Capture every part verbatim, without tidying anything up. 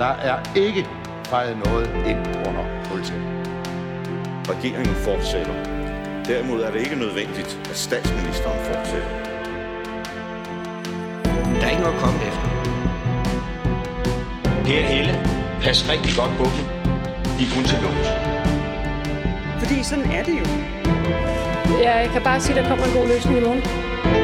Der er ikke fejret noget ind under politiet. Regeringen fortsætter. Derimod er det ikke nødvendigt, at statsministeren fortsætter. Der er ikke noget at komme efter. Per Helle, pas rigtig godt på dem. De er kun til lås. Fordi sådan er det jo. Jeg kan bare sige, at der kommer en god løsning i morgen.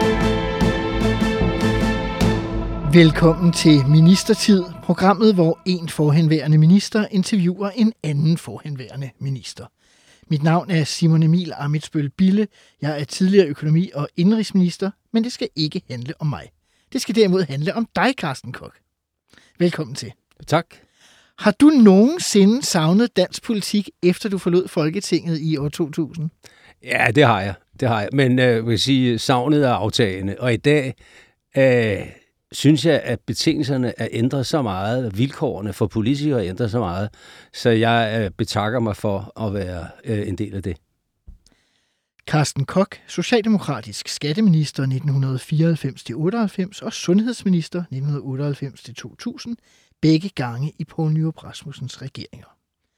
Velkommen til Ministertid, programmet, hvor en forhenværende minister interviewer en anden forhenværende minister. Mit navn er Simon Emil Ammitzbøll Bille. Jeg er tidligere økonomi- og indenrigsminister, men det skal ikke handle om mig. Det skal derimod handle om dig, Carsten Koch. Velkommen til. Tak. Har du nogensinde savnet dansk politik, efter du forlod Folketinget i år to tusind? Ja, det har jeg. Det har jeg. Men øh, jeg vil sige, savnet er aftagende. Og i dag øh, synes jeg, at betingelserne er ændret så meget, vilkårene for politikere er ændret så meget, så jeg øh, betakker mig for at være øh, en del af det. Carsten Koch, socialdemokratisk skatteminister nitten fireoghalvfems til otteoghalvfems og sundhedsminister nitten otteoghalvfems til to tusind, begge gange i Poul Nyrup Rasmussens regeringer.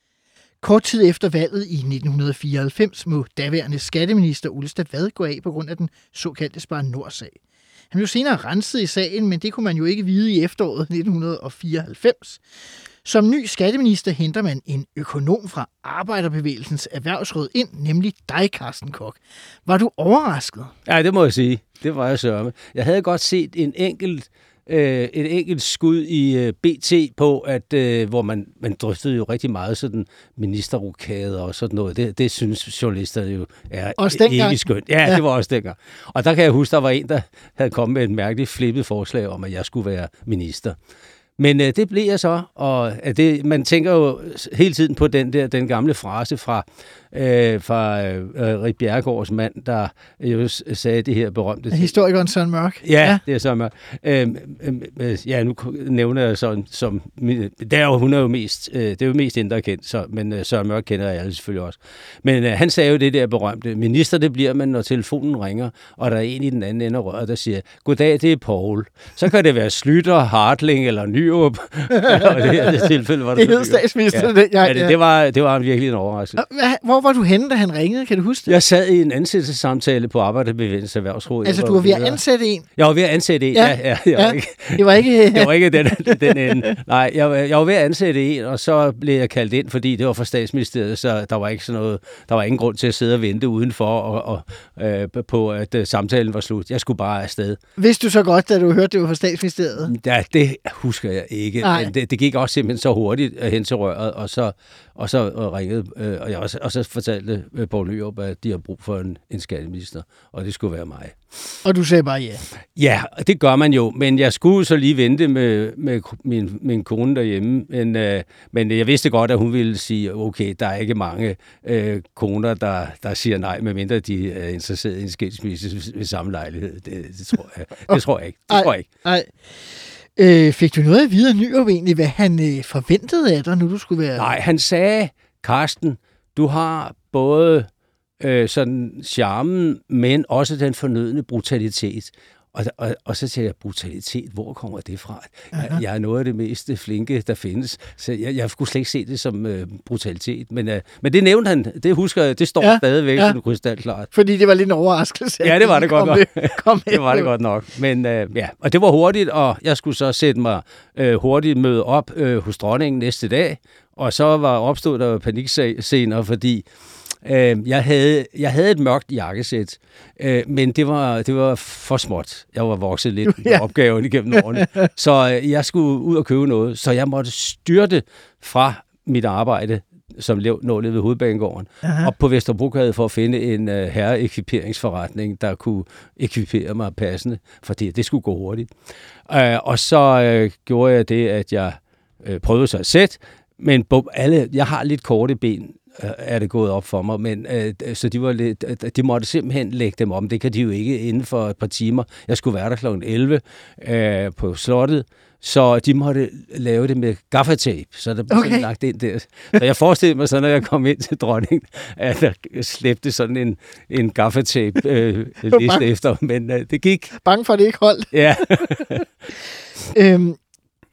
Kort tid efter valget i nitten fireoghalvfems må daværende skatteminister Ole Vad gå af på grund af den såkaldte Spar Nord-sag. Han blev senere renset i sagen, men det kunne man jo ikke vide i efteråret nitten fireoghalvfems. Som ny skatteminister henter man en økonom fra Arbejderbevægelsens Erhvervsråd ind, nemlig dig, Carsten Koch. Var du overrasket? Ja, det må jeg sige. Det var jeg sørme. Jeg havde godt set en enkelt, øh, et enkelt skud i øh, B T på, at øh, hvor man, man drøftede jo rigtig meget sådan ministerrokader og sådan noget. Det, det synes journalisterne jo er ikke skønt. Ja, ja, det var også dengang. Og der kan jeg huske, der var en, der havde kommet med et mærkeligt flippet forslag om, at jeg skulle være minister. Men øh, det blev jeg så, og at det, man tænker jo hele tiden på den der den gamle frase fra, øh, fra øh, Rik Bjerregaards mand, der jo sagde det her berømte... Historikeren Søren Mørch. Ja, ja, det er Søren Mørch. Øh, øh, ja, nu nævner jeg sådan, som... Der er jo, hun er jo mest, øh, det er jo mest indre kendt, så, men øh, Søren Mørch kender jeg alle selvfølgelig også. Men øh, han sagde jo det der berømte, minister det bliver man, når telefonen ringer, og der er en i den anden ende af røret, der siger, goddag, det er Poul. Så kan det være Slytter, Hartling eller Ny og det her det tilfælde var det. Det hed statsministeren. Ja. Ja, det, det, var, det var virkelig en overraskelse. Hvor var du henne, da han ringede? Kan du huske det? Jeg sad i en ansættelsessamtale på Arbejderbevægelsens Erhvervsråd. Altså, du var ved at ansætte en? Jeg var ved at ansætte en, ja. ja, ja, jeg ja. Var ikke, det var ikke... jeg var ikke den, den ende. Nej, jeg, jeg var ved at ansætte en, og så blev jeg kaldt ind, fordi det var fra Statsministeriet, så der var ikke sådan noget, der var ingen grund til at sidde og vente udenfor og, og, øh, på, at uh, samtalen var slut. Jeg skulle bare afsted. Vidste du så godt, da du hørte, det var fra Statsministeriet? Ja, det husker jeg ikke. Men det, det gik også simpelthen så hurtigt hen til røret, og så, og så ringede, øh, og, jeg også, og så fortalte øh, Poul Nyrup, at de har brug for en, en skatteminister, og det skulle være mig. Og du sagde bare ja? Ja, det gør man jo, men jeg skulle så lige vente med, med min, min kone derhjemme, men, øh, men jeg vidste godt, at hun ville sige, okay, der er ikke mange øh, koner, der, der siger nej, medmindre de er interesseret i en skilsmisse ved samme lejlighed. Det, det, tror jeg, det tror jeg ikke. Det ej, tror jeg ikke. Ej. Øh, fik du noget at vide af Nyrup egentlig, hvad han øh, forventede af dig, nu du skulle være... Nej, han sagde, Carsten, du har både øh, sådan charmen, men også den fornødne brutalitet. Og, og, og så siger jeg, brutalitet, hvor kommer det fra? Jeg, jeg er noget af det mest flinke, der findes. Så jeg, jeg skulle slet ikke se det som øh, brutalitet. Men, øh, men det nævnte han, det husker jeg, det står ja, stadigvæk ja. Sådan krystalklart. Fordi det var lidt en overraskelse. Ja, det var det godt nok. Med, kom det var det godt nok. Men øh, ja, og det var hurtigt, og jeg skulle så sætte mig øh, hurtigt møde op øh, hos dronningen næste dag. Og så var opstået der panikscener, fordi Jeg havde, jeg havde et mørkt jakkesæt, øh, men det var, det var for småt. Jeg var vokset lidt med ja. opgaven igennem årene. Så øh, jeg skulle ud og købe noget, så jeg måtte styrte fra mit arbejde, som lå ved Hovedbanegården, Aha. op på Vesterbrogade for at finde en øh, herreekviperingsforretning, der kunne ekvipere mig passende, fordi det skulle gå hurtigt. Øh, og så øh, gjorde jeg det, at jeg øh, prøvede så at sætte, men alle, jeg har lidt korte ben, er det gået op for mig, men øh, så de var lidt, de måtte simpelthen lægge dem om. Det kan de jo ikke inden for et par timer. Jeg skulle være der klokken elleve øh, på slottet, så de måtte lave det med gaffatape, så der blev okay. sådan lagt ind der. Så jeg forestillede mig så, når jeg kom ind til dronningen, at der slæbte sådan en, en gaffatape øh, liste efter, men øh, det gik. Bange for, at det ikke holdt. Ja. øhm,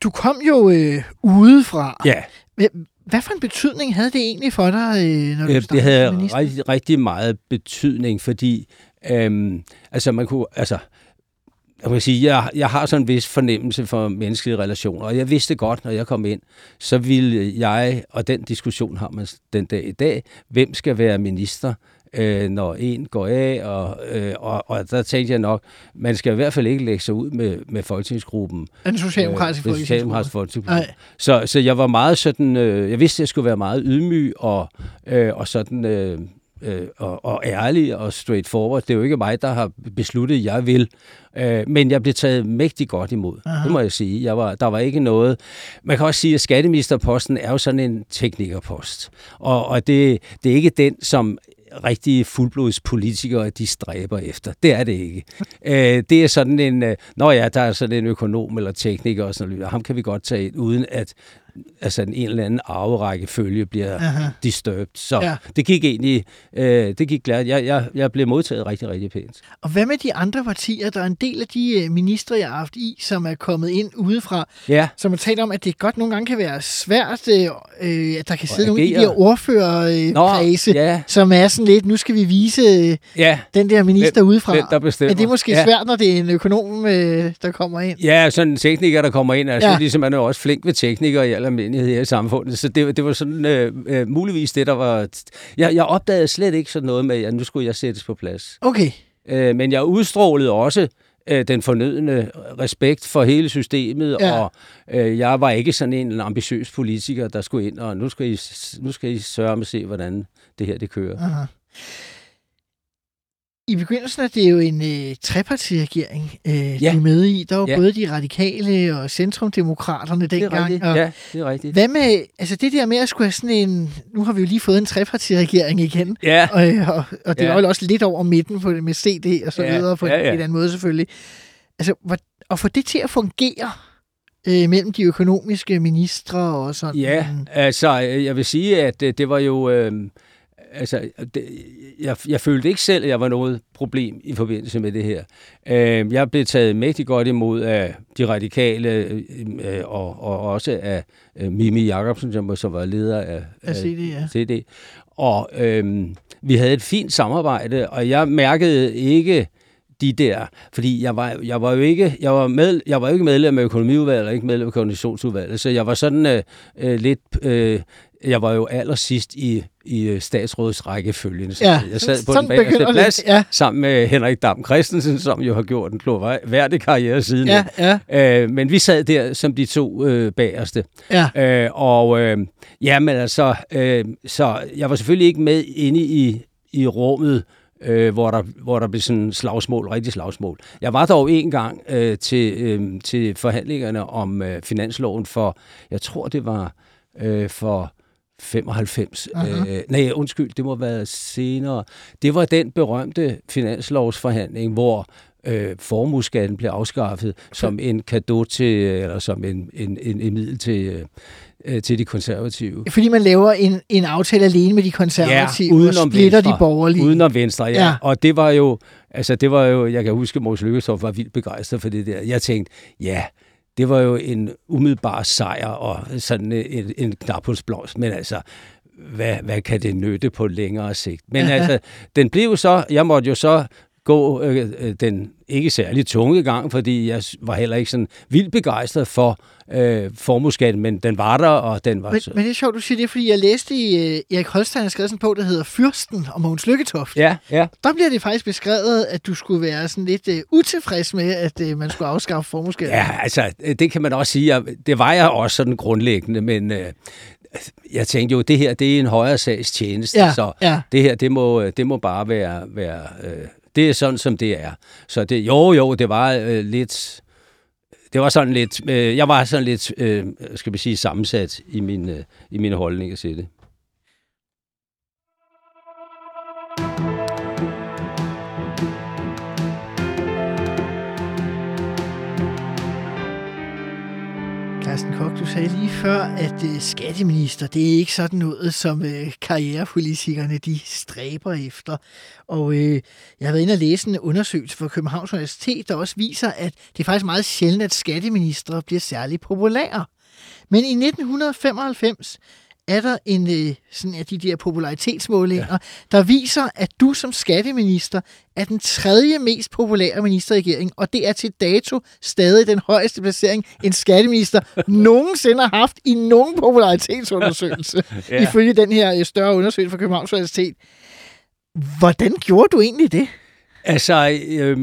du kom jo øh, udefra. Ja. Hvad for en betydning havde det egentlig for dig, øh, når du øh, startede Det havde som minister? rigtig, rigtig meget betydning, fordi øhm, altså man kunne, altså jeg må sige, jeg, jeg har sådan en vis fornemmelse for menneskelige relationer, og jeg vidste godt, når jeg kom ind, så ville jeg, og den diskussion har man den dag i dag, hvem skal være minister, øh, når en går af, og, øh, og, og der tænkte jeg nok, man skal i hvert fald ikke lægge sig ud med, med folketingsgruppen. Den socialdemokratiske øh, folketingsgruppe. folketingsgruppe. Så, så jeg var meget sådan, øh, jeg vidste, at jeg skulle være meget ydmyg, og, øh, og sådan... Øh, Øh, og, og ærlig og straightforward. Det er jo ikke mig, der har besluttet, at jeg vil. Øh, men jeg blev taget mægtig godt imod. Aha. Det må jeg sige. Jeg var, der var ikke noget... Man kan også sige, at skatteministerposten er jo sådan en teknikerpost. Og, og det, det er ikke den, som rigtige fuldblodspolitikere, de stræber efter. Det er det ikke. Øh, det er sådan en... Øh, nå ja, der er sådan en økonom eller tekniker og sådan noget. Ham kan vi godt tage ind, uden at altså en eller anden arverækkefølge bliver Aha. disturbed. Så ja. det gik egentlig, øh, det gik glædt. Jeg, jeg, jeg blev modtaget rigtig, rigtig pænt. Og hvad med de andre partier? Der er en del af de ministre, jeg har haft i, som er kommet ind udefra, ja. som har talt om, at det godt nogle gange kan være svært, øh, at der kan sidde nogle i de her ordførerkredse, øh, ja. som er sådan lidt, nu skal vi vise øh, ja. den der minister hvem, udefra. Hvem der bestemmer. Er det måske ja. svært, når det er en økonom, øh, der kommer ind? Ja, sådan en tekniker, der kommer ind. Altså, ja. ligesom man er også flink ved teknikere i al almindelighed her i samfundet. Så det, det var sådan øh, øh, muligvis det, der var... Jeg, jeg opdagede slet ikke sådan noget med, at nu skulle jeg sættes på plads. Okay. Øh, men jeg udstrålede også øh, den fornødne respekt for hele systemet, ja. og øh, jeg var ikke sådan en ambitiøs politiker, der skulle ind, og nu skal I, nu skal I sørge med at se, hvordan det her det kører. Aha. I begyndelsen er det jo en øh, trepartiregering, øh, ja. du er med i. Der var ja. både de radikale og centrumdemokraterne dengang. Det er rigtigt. Og ja, det er rigtigt. Hvad med, altså det der med at skulle have sådan en, nu har vi jo lige fået en trepartiregering igen, ja. og, og, og det ja. var jo også lidt over midten på, med C D og så ja. videre på ja, ja. en eller anden måde selvfølgelig. Altså, at få det til at fungere øh, mellem de økonomiske ministre og sådan. Ja, altså jeg vil sige, at det, det var jo... Øh, Altså, det, jeg, jeg følte ikke selv, at jeg var noget problem i forbindelse med det her. Øh, jeg blev taget mægtig godt imod af de radikale, øh, og, og også af øh, Mimi Jakobsen, som så var leder af, af C D. Ja. C D. Og øh, vi havde et fint samarbejde, og jeg mærkede ikke de der, fordi jeg var, jeg var jo ikke, jeg var med, jeg var jo ikke medlem af økonomiudvalget, og ikke medlem af koordinationsudvalget, så jeg var sådan øh, øh, lidt, øh, jeg var jo allersidst i, i statsrådsrækkefølgen. Så ja, jeg sad på den bagerste plads ja. sammen med Henrik Dam Christensen, som jo har gjort en glorværdig karriere siden. Ja, ja. Øh, men vi sad der som de to øh, bagerste. Ja. Øh, og øh, ja, men altså, øh, så jeg var selvfølgelig ikke med inde i, i rummet, Øh, hvor, der, hvor der blev sådan slagsmål, rigtig slagsmål. Jeg var dog en gang øh, til, øh, til forhandlingerne om øh, finansloven for, jeg tror det var øh, for femoghalvfems. Øh, nej, undskyld, det må have været senere. Det var den berømte finanslovsforhandling, hvor øh, formueskatten blev afskaffet som en cadeau til, eller som en, en, en, en middel til... Øh, til de konservative. Fordi man laver en, en aftale alene med de konservative, ja, og splitter venstre, de borgerlige. Udenom Venstre, ja. ja. Og det var jo, altså det var jo, jeg kan huske, at Mogens Lykketoft var vildt begejstret for det der. Jeg tænkte, ja, det var jo en umiddelbar sejr og sådan en, en knaphulsblomst, men altså, hvad, hvad kan det nytte på længere sigt? Men altså, den blev så, jeg måtte jo så gå øh, den ikke særlig tunge gang, fordi jeg var heller ikke sådan vildt begejstret for øh, formueskatten, men den var der, og den var men, så... Men det er sjovt, du siger det, fordi jeg læste i uh, Erik Holstein har skrevet sådan en bog, der hedder Fyrsten og Mogens Lykketoft. Ja, ja. Der bliver det faktisk beskrevet, at du skulle være sådan lidt uh, utilfreds med, at uh, man skulle afskaffe formueskatten. Ja, altså, det kan man også sige. Jeg, det var jeg også sådan grundlæggende, men... Øh, jeg tænkte jo, det her, det er en højere sags tjeneste, ja, så ja. det her, det må, det må bare være... være øh, det er sådan, som det er. Så det, jo, jo, det var øh, lidt... Det var sådan lidt... Øh, jeg var sådan lidt, øh, skal vi sige, sammensat i, min, øh, i mine holdninger til det. Carsten Koch, du sagde lige før, at øh, skatteminister, det er ikke sådan noget, som øh, karrierepolitikerne de stræber efter. Og øh, jeg har været inde og læse en undersøgelse fra Københavns Universitet, der også viser, at det er faktisk meget sjældent, at skatteministre bliver særlig populære. Men i nitten femoghalvfems er der en øh, sådan af de der popularitetsmålinger, ja. der viser, at du som skatteminister er den tredje mest populære minister i regeringen, og det er til dato stadig den højeste placering, en skatteminister nogensinde har haft i nogen popularitetsundersøgelse, ja. ifølge den her større undersøgelse fra Københavns Universitet. Hvordan gjorde du egentlig det? Altså, øh,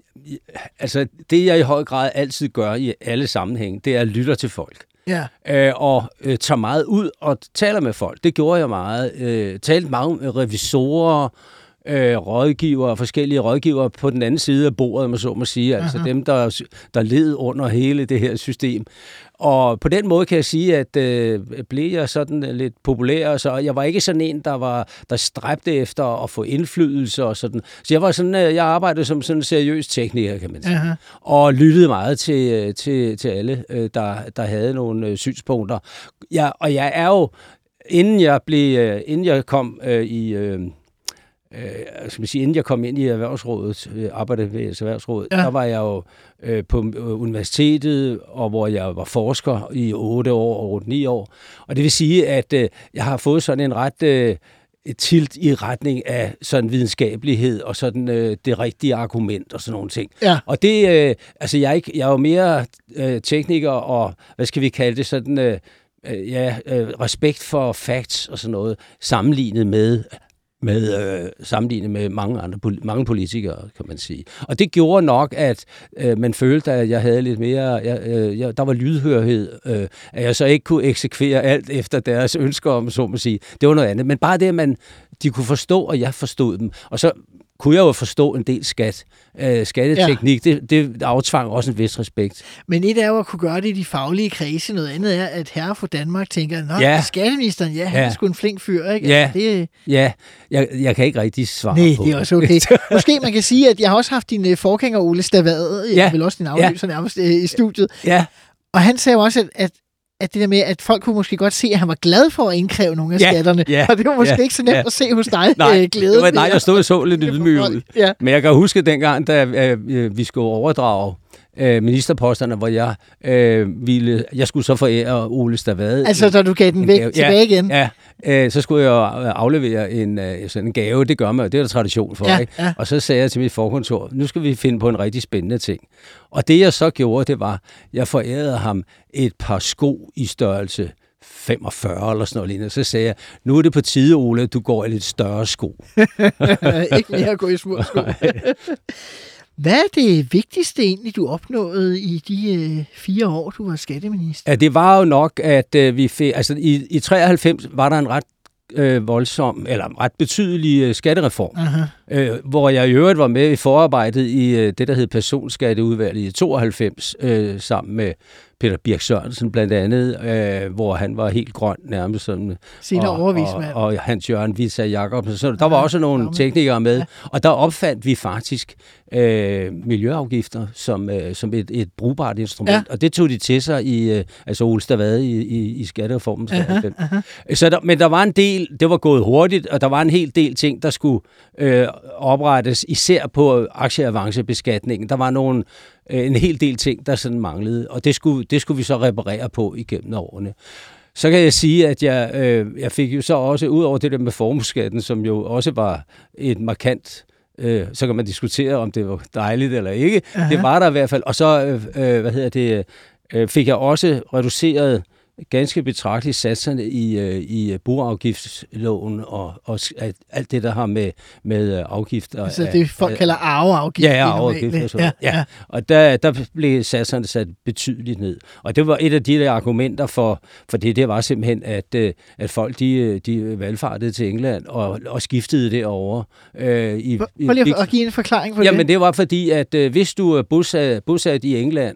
altså, det jeg i høj grad altid gør i alle sammenhænge, det er at lytte til folk. Ja. Øh, og øh, tager meget ud og taler med folk. Det gjorde jeg meget. Øh, talte mange med revisorer, øh, rådgivere, forskellige rådgivere på den anden side af bordet, man så må sige. Altså uh-huh. dem, der, der led under hele det her system. Og på den måde kan jeg sige, at øh, blev jeg sådan lidt populær, så jeg var ikke sådan en, der var der stræbte efter at få indflydelse og sådan. Så jeg var sådan, jeg arbejdede som sådan en seriøs tekniker, kan man sige. Uh-huh. Og lyttede meget til, til, til alle, der, der havde nogle synspunkter. Ja, og jeg er jo, inden jeg blev, inden jeg kom øh, i... Øh, Øh, skal man sige, inden jeg kom ind i Erhvervsrådet, øh, arbejdede ved Erhvervsrådet, ja. der var jeg jo øh, på universitetet, og hvor jeg var forsker i otte år og otte ni år. Og det vil sige, at øh, jeg har fået sådan en ret øh, tilt i retning af sådan videnskabelighed og sådan øh, det rigtige argument og sådan nogle ting. Ja. Og det, øh, altså jeg er, ikke, jeg er jo mere øh, tekniker og, hvad skal vi kalde det, sådan, øh, øh, ja, øh, respekt for facts og sådan noget, sammenlignet med med øh, sammenlignet med mange andre mange politikere, kan man sige. Og det gjorde nok, at øh, man følte, at jeg havde lidt mere, jeg, øh, jeg, der var lydhørhed, øh, at jeg så ikke kunne eksekvere alt efter deres ønsker, om så må sige. Det var noget andet. Men bare det, at man, de kunne forstå, og jeg forstod dem. Og så kunne jeg jo forstå en del skat. Øh, skatteteknik, ja. det, det aftvang også en vis respekt. Men et er jo at kunne gøre det i de faglige kredse. Noget andet er, at herre fra Danmark tænker, nå, ja. skatteministeren, ja, han ja. er sgu en flink fyr, ikke? Ja, altså, det... ja. Jeg, jeg kan ikke rigtig svare Nej, på det. er også okay. Måske man kan sige, at jeg har også haft din forgænger, Ole Stavad, ja. vel også din afløser ja. nærmest i studiet. Ja. Og han sagde også, at, at at det der med, at folk kunne måske godt se, at han var glad for at indkræve nogle af ja, skatterne. Ja, og det var måske ja, ikke så nemt ja. at se hos dig. Nej, glæde var, nej, jeg stod og så lidt ydmyg ud. Ja. Men jeg kan huske dengang, da øh, vi skulle overdrage øh, ministerposterne, hvor jeg øh, ville, jeg skulle så forære Ole Stavad. Altså, da du gav den væk tilbage ja, igen? Ja, øh, så skulle jeg aflevere en, øh, sådan en gave. Det gør man, det er der tradition for. Ja, ikke? ja. Og så sagde jeg til mit forkontor, nu skal vi finde på en rigtig spændende ting. Og det jeg så gjorde, det var, jeg forærede ham et par sko i størrelse femogfyrre eller sådan noget lignende. Så sagde jeg, nu er det på tide, Ole, du går i lidt større sko. Ikke mere at gå i små sko. Hvad er det vigtigste egentlig, du opnåede i de øh, fire år, du var skatteminister? Ja, det var jo nok, at øh, vi fik... Altså, i, i treoghalvfems var der en ret øh, voldsom, eller ret betydelig øh, skattereform, øh, hvor jeg i øvrigt var med i forarbejdet i øh, det, der hed Personskatteudvalget i tooghalvfems, øh, sammen med Peter Birch Sørensen blandt andet, øh, hvor han var helt grøn nærmest sådan. Senere overvismand. Og, og Hans Jørgen Visa Jacobsen. Så der var også nogle ja, teknikere med, ja. Og der opfandt vi faktisk øh, miljøafgifter som, øh, som et, et brugbart instrument. Ja. Og det tog de til sig i, øh, altså Ole Stavad i, i, i skattereformen. Aha, aha. Så der, men der var en del, det var gået hurtigt, og der var en hel del ting, der skulle øh, oprettes, især på aktieavancebeskatningen. Der var nogle en hel del ting, der sådan manglede, og det skulle, det skulle vi så reparere på igennem årene. Så kan jeg sige, at jeg, øh, jeg fik jo så også, ud over det der med formueskatten, som jo også var et markant, øh, så kan man diskutere, om det var dejligt eller ikke. Aha. Det var der i hvert fald. Og så, øh, hvad hedder det, øh, fik jeg også reduceret ganske betragteligt satserne i, øh, i boafgiftsloven og, og alt det, der har med, med afgifter. Altså det, folk af, kalder arveafgift. Ja, arveafgift. Ja, ja. ja. Og der, der blev satserne sat betydeligt ned. Og det var et af de der argumenter for, for det, det var simpelthen, at, at folk de, de valgfartede til England og, og skiftede derovre. Øh, i, Prøv lige at give en forklaring på Jamen, det. Jamen det var fordi, at øh, hvis du er bosat, bosat i England,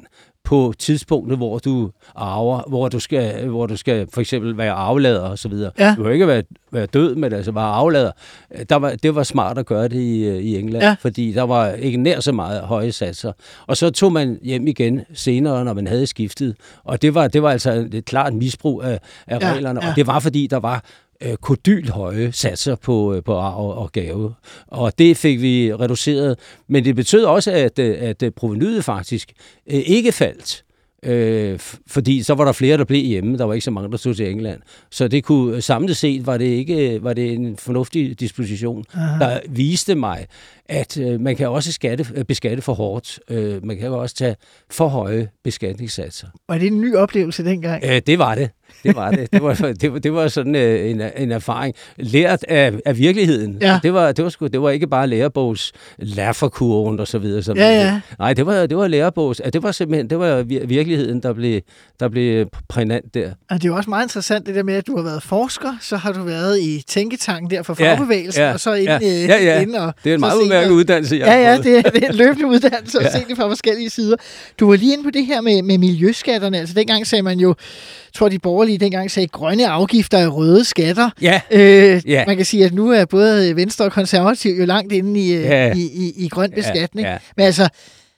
på tidspunktet, hvor du arver, hvor du skal, hvor du skal for eksempel være arvelader og så videre. Ja. Du kan ikke være, være død, men altså være arvelader. Der var, det var smart at gøre det i, i England, ja. fordi der var ikke nær så meget høje satser. Og så tog man hjem igen senere, når man havde skiftet. Og det var, det var altså et klart misbrug af, af ja, reglerne, ja. Og det var, fordi der var kodylt høje satser på, på arv og gave. Og det fik vi reduceret. Men det betød også, at, at provenuet faktisk ikke faldt. Øh, fordi så var der flere, der blev hjemme. Der var ikke så mange, der tog til England. Så det kunne, samlet set var det ikke var det en fornuftig disposition, aha, der viste mig, at øh, man kan også skatte, beskatte for hårdt. Øh, man kan også tage for høje beskatningssatser. Var det en ny oplevelse dengang? Øh, det var det. Det var det. Det var, det var, det var sådan øh, en, en erfaring. Lært af, af virkeligheden. Ja. Det, var, det, var sgu, det var ikke bare lærebogs lærferkurven og så videre. Som ja, ja. Nej, det var, det var lærebogs. Det var simpelthen det var virkeligheden, der blev, der blev prægnant der. Og det er jo også meget interessant det der med, at du har været forsker, så har du været i tænketanken der for fagbevægelsen, ja, ja, og så ind, ja, ja, ja. ind og... Det er en meget udmærket uddannelse, jeg Ja, ja, det er, det er en løbende uddannelse, ja, og se det fra forskellige sider. Du var lige inde på det her med, med miljøskatterne. Altså dengang sagde man jo, jeg tror de borgerlige dengang sagde, grønne afgifter er røde skatter. Ja. Øh, ja. Man kan sige, at nu er både Venstre og Konservativ jo langt inde i, ja. i, i, i grøn beskatning. Ja. Ja. Men altså,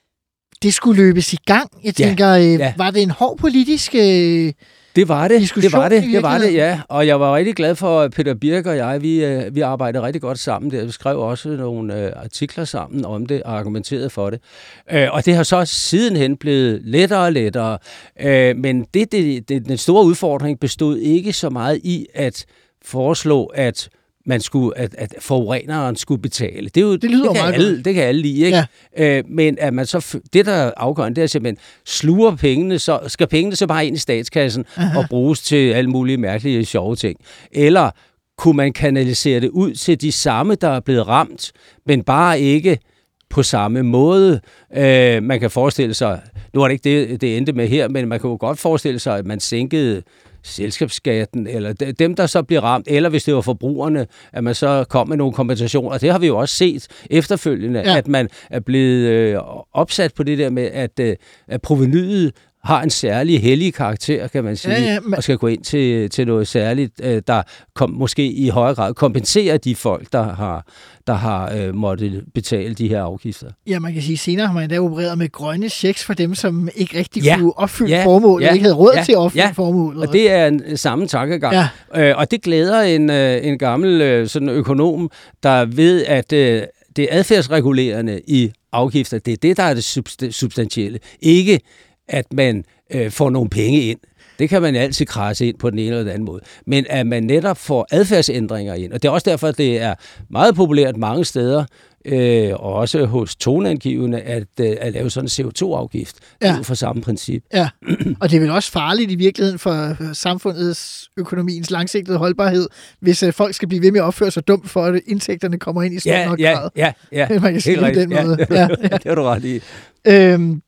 det skulle løbes i gang. Jeg tænker, ja. Ja. Var det en hård politisk øh, Det var det, det var det, i det var det, ja. Og jeg var rigtig glad for, at Peter Birch og jeg, vi, vi arbejdede rigtig godt sammen der. Vi skrev også nogle øh, artikler sammen om det og argumenterede for det. Øh, og det har så sidenhen blevet lettere og lettere. Øh, men det, det, det, den store udfordring bestod ikke så meget i at foreslå, at man skulle, at, at forureneren skulle betale. Det, er jo, det lyder det kan meget alle, det kan alle lide, ikke? Ja. Øh, men at man så, det, der er afgørende, det er simpelthen, sluger pengene, så skal pengene så bare ind i statskassen, aha, og bruges til alle mulige mærkelige, sjove ting. Eller kunne man kanalisere det ud til de samme, der er blevet ramt, men bare ikke på samme måde. Øh, man kan forestille sig, nu er det ikke det, det endte med her, men man kan jo godt forestille sig, at man sænkede selskabsskatten, eller dem, der så bliver ramt, eller hvis det var forbrugerne, at man så kom med nogle kompensationer. Og det har vi jo også set efterfølgende, ja, at man er blevet øh, opsat på det der med, at, øh, at provenuet har en særlig hellig karakter, kan man sige, ja, ja, men... og skal gå ind til, til noget særligt, øh, der kom, måske i højere grad kompenserer de folk, der har, der har øh, måttet betale de her afgifter. Ja, man kan sige, senere har man endda opereret med grønne checks for dem, som ikke rigtig ja, kunne opfylde ja, formålet, ja, og ikke havde råd ja, til at opfylde ja, formålet. Og det er en samme tankegang. Ja. Øh, og det glæder en, øh, en gammel øh, sådan økonom, der ved, at øh, det adfærdsregulerende i afgifter, det er det, der er det substantielle. Ikke at man øh, får nogle penge ind. Det kan man altid krasse ind på den ene eller den anden måde. Men at man netop får adfærdsændringer ind. Og det er også derfor, at det er meget populært mange steder, øh, og også hos toneangivende, at, øh, at lave sådan en C O to afgift. Ja. Ud fra samme princip. Ja, og det er vel også farligt i virkeligheden for samfundets økonomiens langsigtede holdbarhed, hvis øh, folk skal blive ved med at opføre sig dumt, for at indtægterne kommer ind i stor ja, nok ja, grad. Ja, ja, ja. Man kan sige det den måde. Ja, ja. Det har du ret i. Øhm,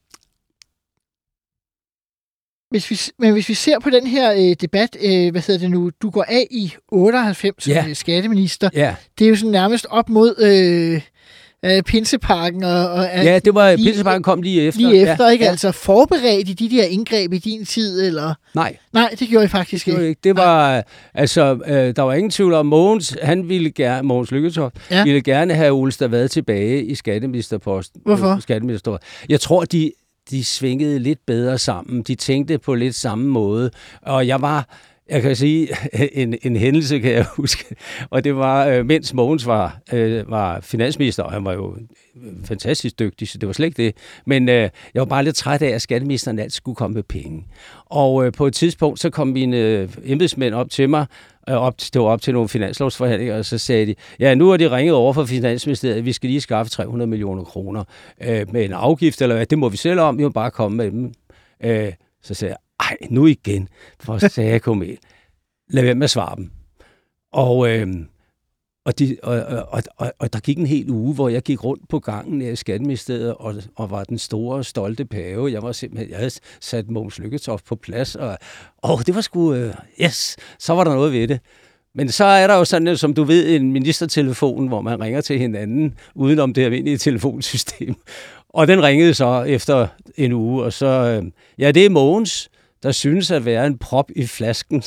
Hvis vi, men hvis vi ser på den her øh, debat, øh, hvad hedder det nu, du går af i otteoghalvfems som yeah. skatteminister, yeah. det er jo sådan nærmest op mod øh, øh, Pinseparken. Og, og, ja, det var, lige, Pinseparken kom lige efter. Lige efter, ja, ikke? Ja. Altså forberedt i de der indgreb i din tid, eller? Nej. Nej, det gjorde I faktisk det ikke. ikke. Det var, Nej. altså, øh, der var ingen tvivl om, Mogens, han ville gerne, Mogens Lykketoft, ja. ville gerne have Ole Stavad tilbage i skatteministerposten. Hvorfor? Skatteminister. Jeg tror, de de svingede lidt bedre sammen. De tænkte på lidt samme måde. Og jeg var, jeg kan sige, en, en hændelse kan jeg huske. Og det var, øh, mens Mogens var, øh, var finansminister, og han var jo fantastisk dygtig, så det var slet ikke det. Men øh, jeg var bare lidt træt af, at skatteministeren altid skulle komme med penge. Og øh, på et tidspunkt, så kom mine øh, embedsmænd op til mig, Op, det var op til nogle finanslovsforhandlinger, og så sagde de, ja, nu er de ringet over fra Finansministeriet, vi skal lige skaffe tre hundrede millioner kroner øh, med en afgift, eller hvad, det må vi selv om, vi må bare komme med dem. Øh, så sagde jeg, ej, nu igen, for så sagde jeg, kom ind, lad være med at svare dem. Og, øh, og, de, og, og, og, og der gik en hel uge, hvor jeg gik rundt på gangen i Skatteministeriet, og, og var den store, stolte pave. Jeg var simpelthen, jeg havde sat Mogens Lykketoft på plads, og, og det var sgu, uh, yes, så var der noget ved det. Men så er der jo sådan, som du ved, en ministertelefon, hvor man ringer til hinanden, udenom det almindelige telefonsystem. Og den ringede så efter en uge, og så, øh, ja, det er Mogens, der synes at være en prop i flasken.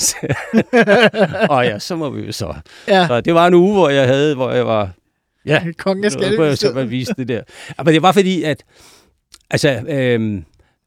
Og ja, så må vi jo så. Ja. Så det var en uge, hvor jeg havde, hvor jeg var, ja, kongen af skatteministeriet. Så man viste det der. Men det var fordi, at, altså, øh,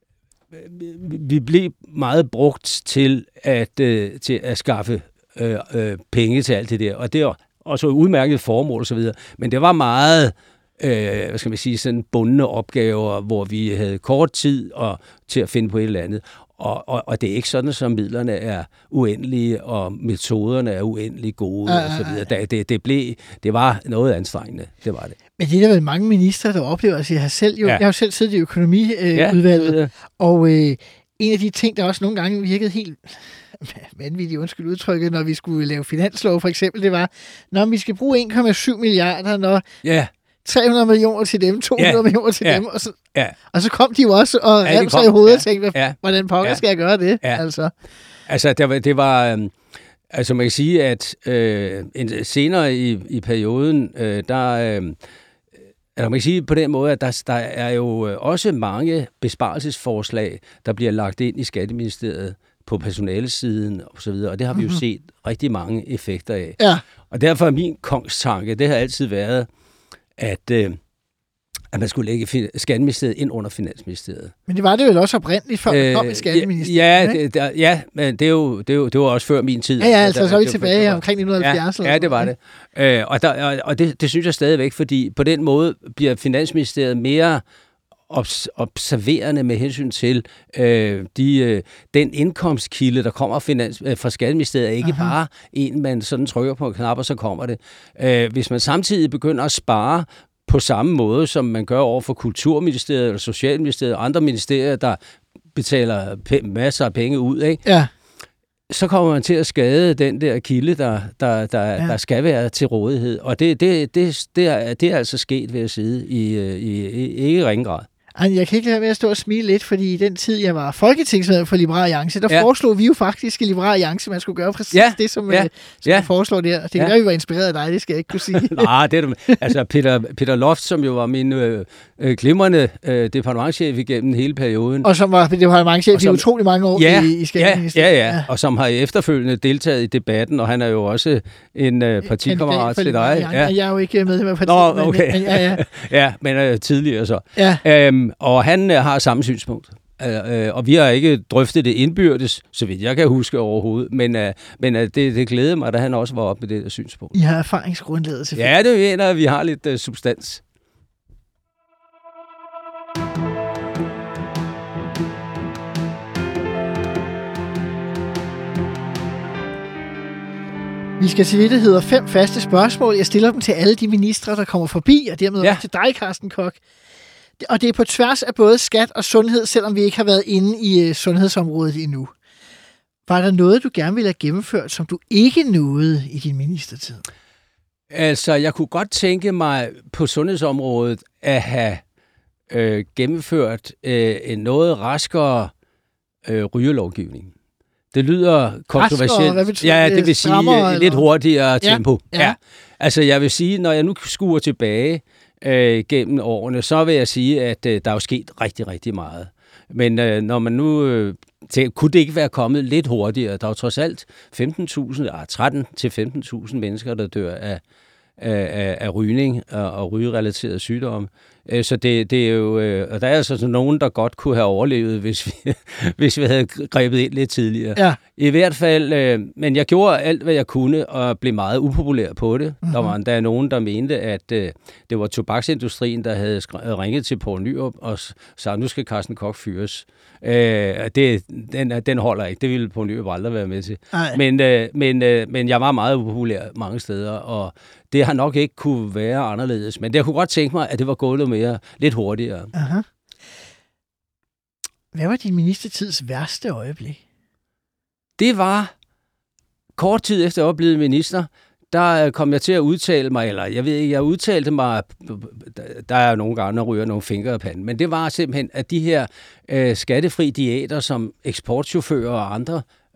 vi blev meget brugt til at, øh, til at skaffe øh, øh, penge til alt det der, og det var også udmærket formål og så videre, men det var meget, øh, hvad skal man sige, sådan bundne opgaver, hvor vi havde kort tid og, til at finde på et eller andet. Og, og, og det er ikke sådan, som midlerne er uendelige, og metoderne er uendelig gode, ja, ja, ja. og så videre. Det, det, blev, det var noget anstrengende, det var det. Men det er der vel mange ministre, der oplever, altså jeg har selv, jo, ja. jeg har jo selv siddet i økonomiudvalget, øh, ja, og øh, en af de ting, der også nogle gange virkede helt vanvittigt, undskyld udtrykket, når vi skulle lave finanslov for eksempel, det var, når vi skal bruge en komma syv milliarder, når ja. tre hundrede millioner til dem, to hundrede ja. millioner til ja. dem, og så, ja. og så kom de jo også og ja, ramte sig i hovedet ja. og tænkte, ja. hvordan pokker ja. skal jeg gøre det? Ja. Altså, altså det var, det var øh, altså man kan sige, at øh, en, senere i, i perioden, øh, der, øh, altså man kan sige på den måde, at der, der er jo også mange besparelsesforslag, der bliver lagt ind i Skatteministeriet på personalesiden og så videre, og det har vi jo mm-hmm. set rigtig mange effekter af. Ja. Og derfor er min kongstanke, det har altid været, at, øh, at man skulle lægge Skatteministeriet ind under Finansministeriet. Men det var det vel også oprindeligt, før man kom i Skatteministeriet? Ja, det, der, ja, men det, er jo, det, er jo, det var også før min tid. Ja, ja, altså der, så er vi det, tilbage det var, omkring nitten halvfjerds. Ja, ja, det var det. Øh, og der, og, og det, det synes jeg stadigvæk, fordi på den måde bliver Finansministeriet mere obs- observerende med hensyn til øh, de, øh, den indkomstkilde, der kommer finans, øh, fra Skatteministeriet, er ikke Aha. bare en, man sådan trykker på en knap, og så kommer det. Øh, hvis man samtidig begynder at spare på samme måde, som man gør over for Kulturministeriet eller Socialministeriet og andre ministerier, der betaler p- masser af penge ud, ikke? Ja. Så kommer man til at skade den der kilde, der, der, der, ja. der skal være til rådighed. Og det, det, det, det, er, det er altså sket ved at sidde i, i, i ikke ringgrad. Jeg kan ikke lade være med at stå og smile lidt, fordi i den tid, jeg var folketingsmedlem for Liberal Alliance, der ja. foreslog vi jo faktisk i Liberal Alliance, man skulle gøre præcis ja. det, som, ja. som ja. man foreslår der. Det kan ja. være, vi var inspireret af dig, det skal jeg ikke kunne sige. Nej, det er det. Altså, Peter, Peter Loft, som jo var min øh, glimrende øh, departementschef igennem hele perioden. Og som var departementschef i utrolig mange år ja, i, i Skatteministeriet. Ja, ja, ja, og som har efterfølgende deltaget i debatten, og han er jo også en øh, partikammerat til dig. Ja. Jeg er jo ikke medlem af partiet, Nå, okay. men, ja, ja. ja, men øh, tidligere så. Ja. Øhm, og han øh, har samme synspunkt. Øh, og vi har ikke drøftet det indbyrdes, så vidt jeg kan huske overhovedet, men, øh, men øh, det, det glæder mig, at han også var oppe med det der synspunkt. I har erfaringsgrundlaget til. Ja, det mener vi har lidt øh, substans. Vi skal til det, der hedder fem faste spørgsmål. Jeg stiller dem til alle de ministre, der kommer forbi, og dermed ja. også til dig, Carsten Koch. Og det er på tværs af både skat og sundhed, selvom vi ikke har været inde i uh, sundhedsområdet endnu. Var der noget, du gerne ville have gennemført, som du ikke nåede i din ministertid? Altså, jeg kunne godt tænke mig på sundhedsområdet at have øh, gennemført øh, en noget raskere øh, rygelovgivning. Det lyder kontroversielt. Ja, det vil sige uh, lidt hurtigere tempo. Ja, ja. Ja. Altså, jeg vil sige, når jeg nu skuer tilbage øh, gennem årene, så vil jeg sige, at øh, der er jo sket rigtig, rigtig meget. Men øh, når man nu... Øh, tænker, kunne det ikke være kommet lidt hurtigere? Der er jo trods alt femten tusind, ah, tretten til femten tusind mennesker, der dør af, af, af rygning og, og rygerelaterede sygdomme. Så det, det er jo, og der er altså sådan nogen, der godt kunne have overlevet, hvis vi, hvis vi havde grebet ind lidt tidligere. Ja. I hvert fald, men jeg gjorde alt, hvad jeg kunne, og blev meget upopulær på det. Mm-hmm. Der var endda nogen, der mente, at det var tobaksindustrien, der havde ringet til Poul Nyrup og sagde, nu skal Carsten Koch fyres. Det, den, den holder ikke. Det ville Poul Nyrup aldrig være med til. Men, men, men jeg var meget upopulær mange steder, og det har nok ikke kunne være anderledes. Men jeg kunne godt tænke mig, at det var gået lidt mere, lidt hurtigere. Aha. Hvad var din ministertids værste øjeblik? Det var kort tid efter at jeg blev minister, der kom jeg til at udtale mig, eller jeg ved ikke, jeg udtalte mig, der er jo nogle gange, der ryger nogle fingre i panden, men det var simpelthen, at de her øh, skattefri diæter, som eksportchauffører og andre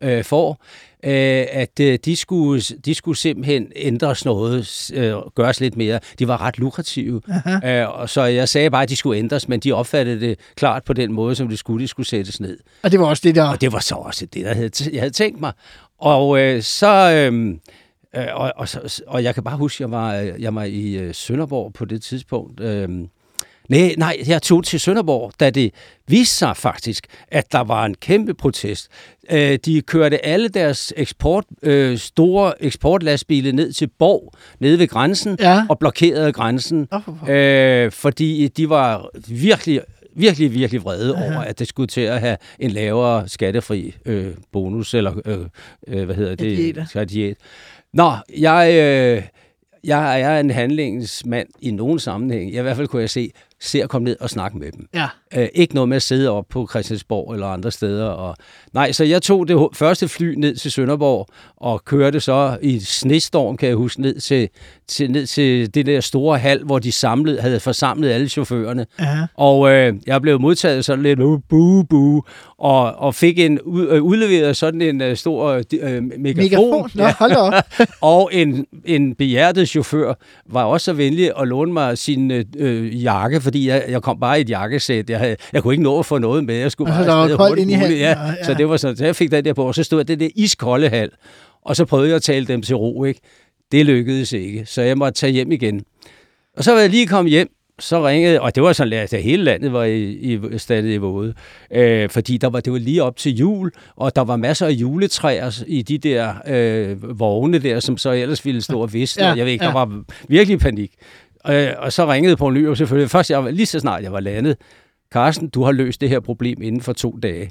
øh, får, øh, at øh, de, skulle, de skulle simpelthen ændres noget, øh, gøres lidt mere. De var ret lukrative, øh, og så jeg sagde bare, at de skulle ændres, men de opfattede det klart på den måde, som det skulle. De skulle sættes ned. Og det var også det, der... Og det var så også det, der havde, jeg havde tænkt mig. Og øh, så... Øh, Øh, og, og, og jeg kan bare huske, at jeg var, jeg var i øh, Sønderborg på det tidspunkt. Øh, nej, nej, jeg tog til Sønderborg, da det viste sig faktisk, at der var en kæmpe protest. Øh, de kørte alle deres eksport, øh, store eksportlastbiler ned til Borg, nede ved grænsen, ja. og blokerede grænsen, oh, øh, fordi de var virkelig... virkelig, virkelig vrede Aha. over, at det skulle til at have en lavere skattefri øh, bonus, eller øh, øh, hvad hedder det? Diæt. Nå, jeg, øh, jeg er en handlingsmand i nogen sammenhæng. Jeg, I hvert fald kunne jeg se, se at komme ned og snakke med dem. Ja. Øh, ikke noget med at sidde op på Christiansborg eller andre steder. Og, nej, så jeg tog det første fly ned til Sønderborg og kørte så i snestorm, kan jeg huske, ned til, til, ned til det der store hal, hvor de samlede, havde forsamlet alle chaufførerne. Aha. Og øh, jeg blev modtaget sådan lidt uh, buh, buh, og, og fik en uh, udleveret sådan en uh, stor uh, megafon. Megafon? Nå, ja. Hold op. Og en, en behjertet chauffør var også så venlig at låne mig sin øh, jakke, fordi jeg, jeg kom bare i et jakkesæt. Jeg, havde, jeg kunne ikke nå at få noget med. Jeg skulle altså, bare der var koldt ind i halen. Ja, ja. Så det var sådan, så jeg fik den der på, og så stod jeg det der iskolde hal, og så prøvede jeg at tale dem til ro, ikke? Det lykkedes ikke, så jeg måtte tage hjem igen. Og så var jeg lige kommet hjem, så ringede, og det var sådan, at hele landet var i, i stadig i våde, øh, fordi der var, det var lige op til jul, og der var masser af juletræer i de der øh, vogne der, som så ellers ville stå og visne. Ja, jeg ved ikke, ja. Der var virkelig panik. Øh, og så ringede Poul Nyrup selvfølgelig. Først, jeg var, lige så snart jeg var landet, Carsten, du har løst det her problem inden for to dage.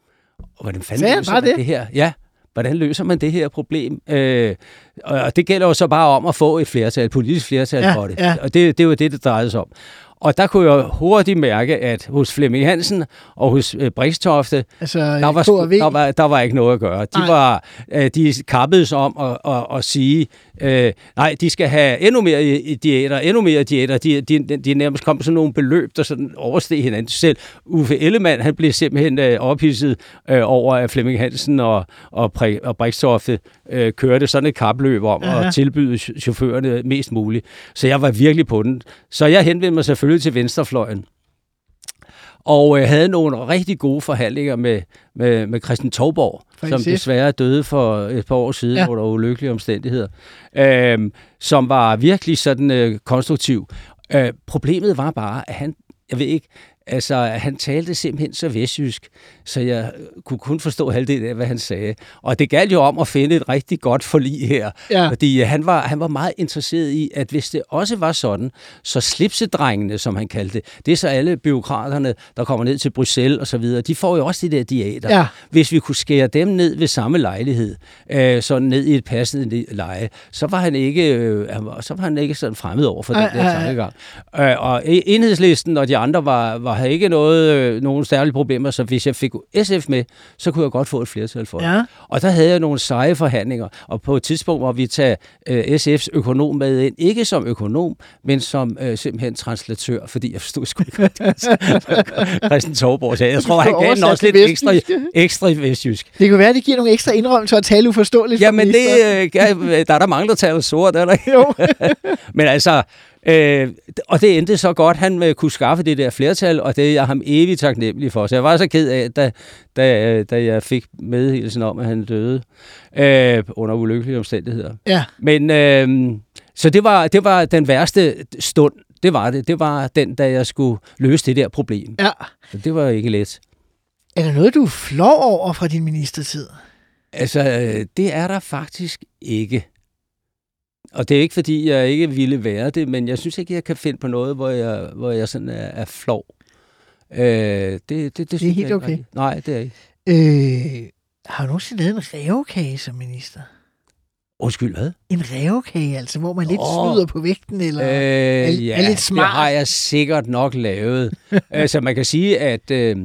Og hvordan fanden løser man det? det her? Ja, hvordan løser man det her problem? Øh, og det gælder jo så bare om at få et flertal, et politisk flertal ja, for det. Ja. Og det, det er jo det, det drejer sig om. Og der kunne jeg hurtigt mærke, at hos Flemming Hansen og hos øh, Brixtofte, altså, der, var, der, var, der var ikke noget at gøre. De, var, øh, de kappedes om at, at, at sige, øh, nej, de skal have endnu mere diæter, endnu mere diæter. De, de, de nærmest kom sådan nogle beløb, der sådan oversteg hinanden. Selv Uffe Ellemann, han blev simpelthen øh, ophidset øh, over, at Flemming Hansen og, og, og Brixtofte øh, kørte sådan et kapløb om Aha. at tilbyde chaufførerne mest muligt. Så jeg var virkelig på den. Så jeg henvendte mig selvfølgelig til venstrefløjen, og øh, havde nogle rigtig gode forhandlinger med, med, med Christian Tovborg, som desværre døde for et par år siden, ja. Hvor der var ulykkelige omstændigheder, øh, som var virkelig sådan øh, konstruktiv. Øh, problemet var bare, at han, jeg ved ikke, altså, han talte simpelthen så vestjysk, så jeg kunne kun forstå halvdelen af, hvad han sagde. Og det galt jo om at finde et rigtig godt forlig her, ja. Fordi han var, han var meget interesseret i, at hvis det også var sådan, så slipsedrengene, som han kaldte det, det er så alle byråkraterne, der kommer ned til Bruxelles og så videre, de får jo også de der diæter. Ja. Hvis vi kunne skære dem ned ved samme lejlighed, øh, sådan ned i et passende leje, så var han ikke, øh, så var han ikke sådan fremmed over for den der tankegang. Øh, og Enhedslisten og de andre var, var havde ikke noget, øh, nogen særlige problemer, så hvis jeg fik S F med, så kunne jeg godt få et flertal for det. Ja. Og der havde jeg nogle seje forhandlinger, og på et tidspunkt, hvor vi tager øh, S F's økonom med ind, ikke som økonom, men som øh, simpelthen translatør, fordi jeg forstod sgu ikke, Christian Tovborg sagde. Jeg tror, han gav den også lidt ekstra, ekstra i vestjysk. Det kunne være, at det giver nogle ekstra indrømmelser at tale uforståeligt. Jamen, det, øh, der er der mange, der taler sort, er der ikke? Jo. Men altså, Øh, og det endte så godt, han øh, kunne skaffe det der flertal, og det er jeg ham evigt taknemmelig for. Så jeg var så ked af, da, da, da jeg fik meddelelsen om, at han døde øh, under ulykkelige omstændigheder. Ja. Men øh, så det var, det var den værste stund. Det var det. Det var den, da jeg skulle løse det der problem. Ja. Så det var ikke let. Er der noget, du er flov over fra din ministertid? Altså, det er der faktisk ikke. Og det er ikke, fordi jeg ikke ville være det, men jeg synes ikke, jeg kan finde på noget, hvor jeg, hvor jeg sådan er, er flov. Øh, det, det, det, det er helt okay. Ikke. Nej, det er ikke. Øh, har du nogensinde lavet en rævekage som minister? Undskyld, hvad? En rævekage, altså, hvor man lidt oh. snyder på vægten, eller øh, er, ja, er lidt smart? Det har jeg sikkert nok lavet. Altså, man kan sige, at... Øh,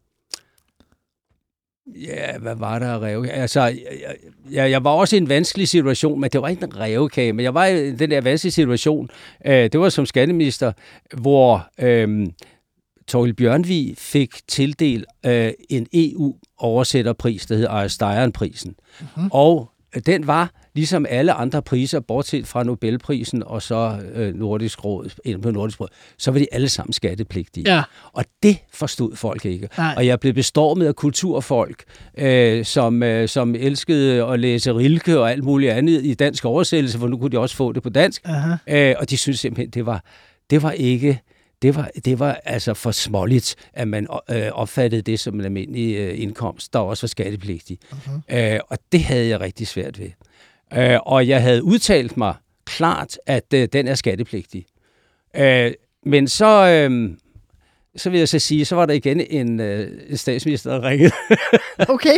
Ja, hvad var der af rævekage? Altså, jeg, jeg, jeg var også i en vanskelig situation, men det var ikke en rævekage, men jeg var i den der vanskelige situation. Øh, det var som skatteminister, hvor øh, Thorkild Bjørnvig fik tildelt øh, en E U-oversætterpris, der hedder Aristoteles-prisen. Mm-hmm. Og den var, ligesom alle andre priser, bortset fra Nobelprisen og så øh, Nordisk Råd, på Nordisk Råd, så var de alle sammen skattepligtige. Ja. Og det forstod folk ikke. Nej. Og jeg blev bestormet af kulturfolk, øh, som, øh, som elskede at læse Rilke og alt muligt andet i dansk oversættelse, for nu kunne de også få det på dansk. Øh, og de syntes simpelthen, det var, det var ikke... Det var, det var altså for småligt, at man øh, opfattede det som en almindelig øh, indkomst, der også var skattepligtig. Uh-huh. Øh, og det havde jeg rigtig svært ved. Øh, og jeg havde udtalt mig klart, at øh, den er skattepligtig. Øh, men så, øh, så vil jeg så sige, så var der igen en, øh, en statsminister, der ringede. Okay.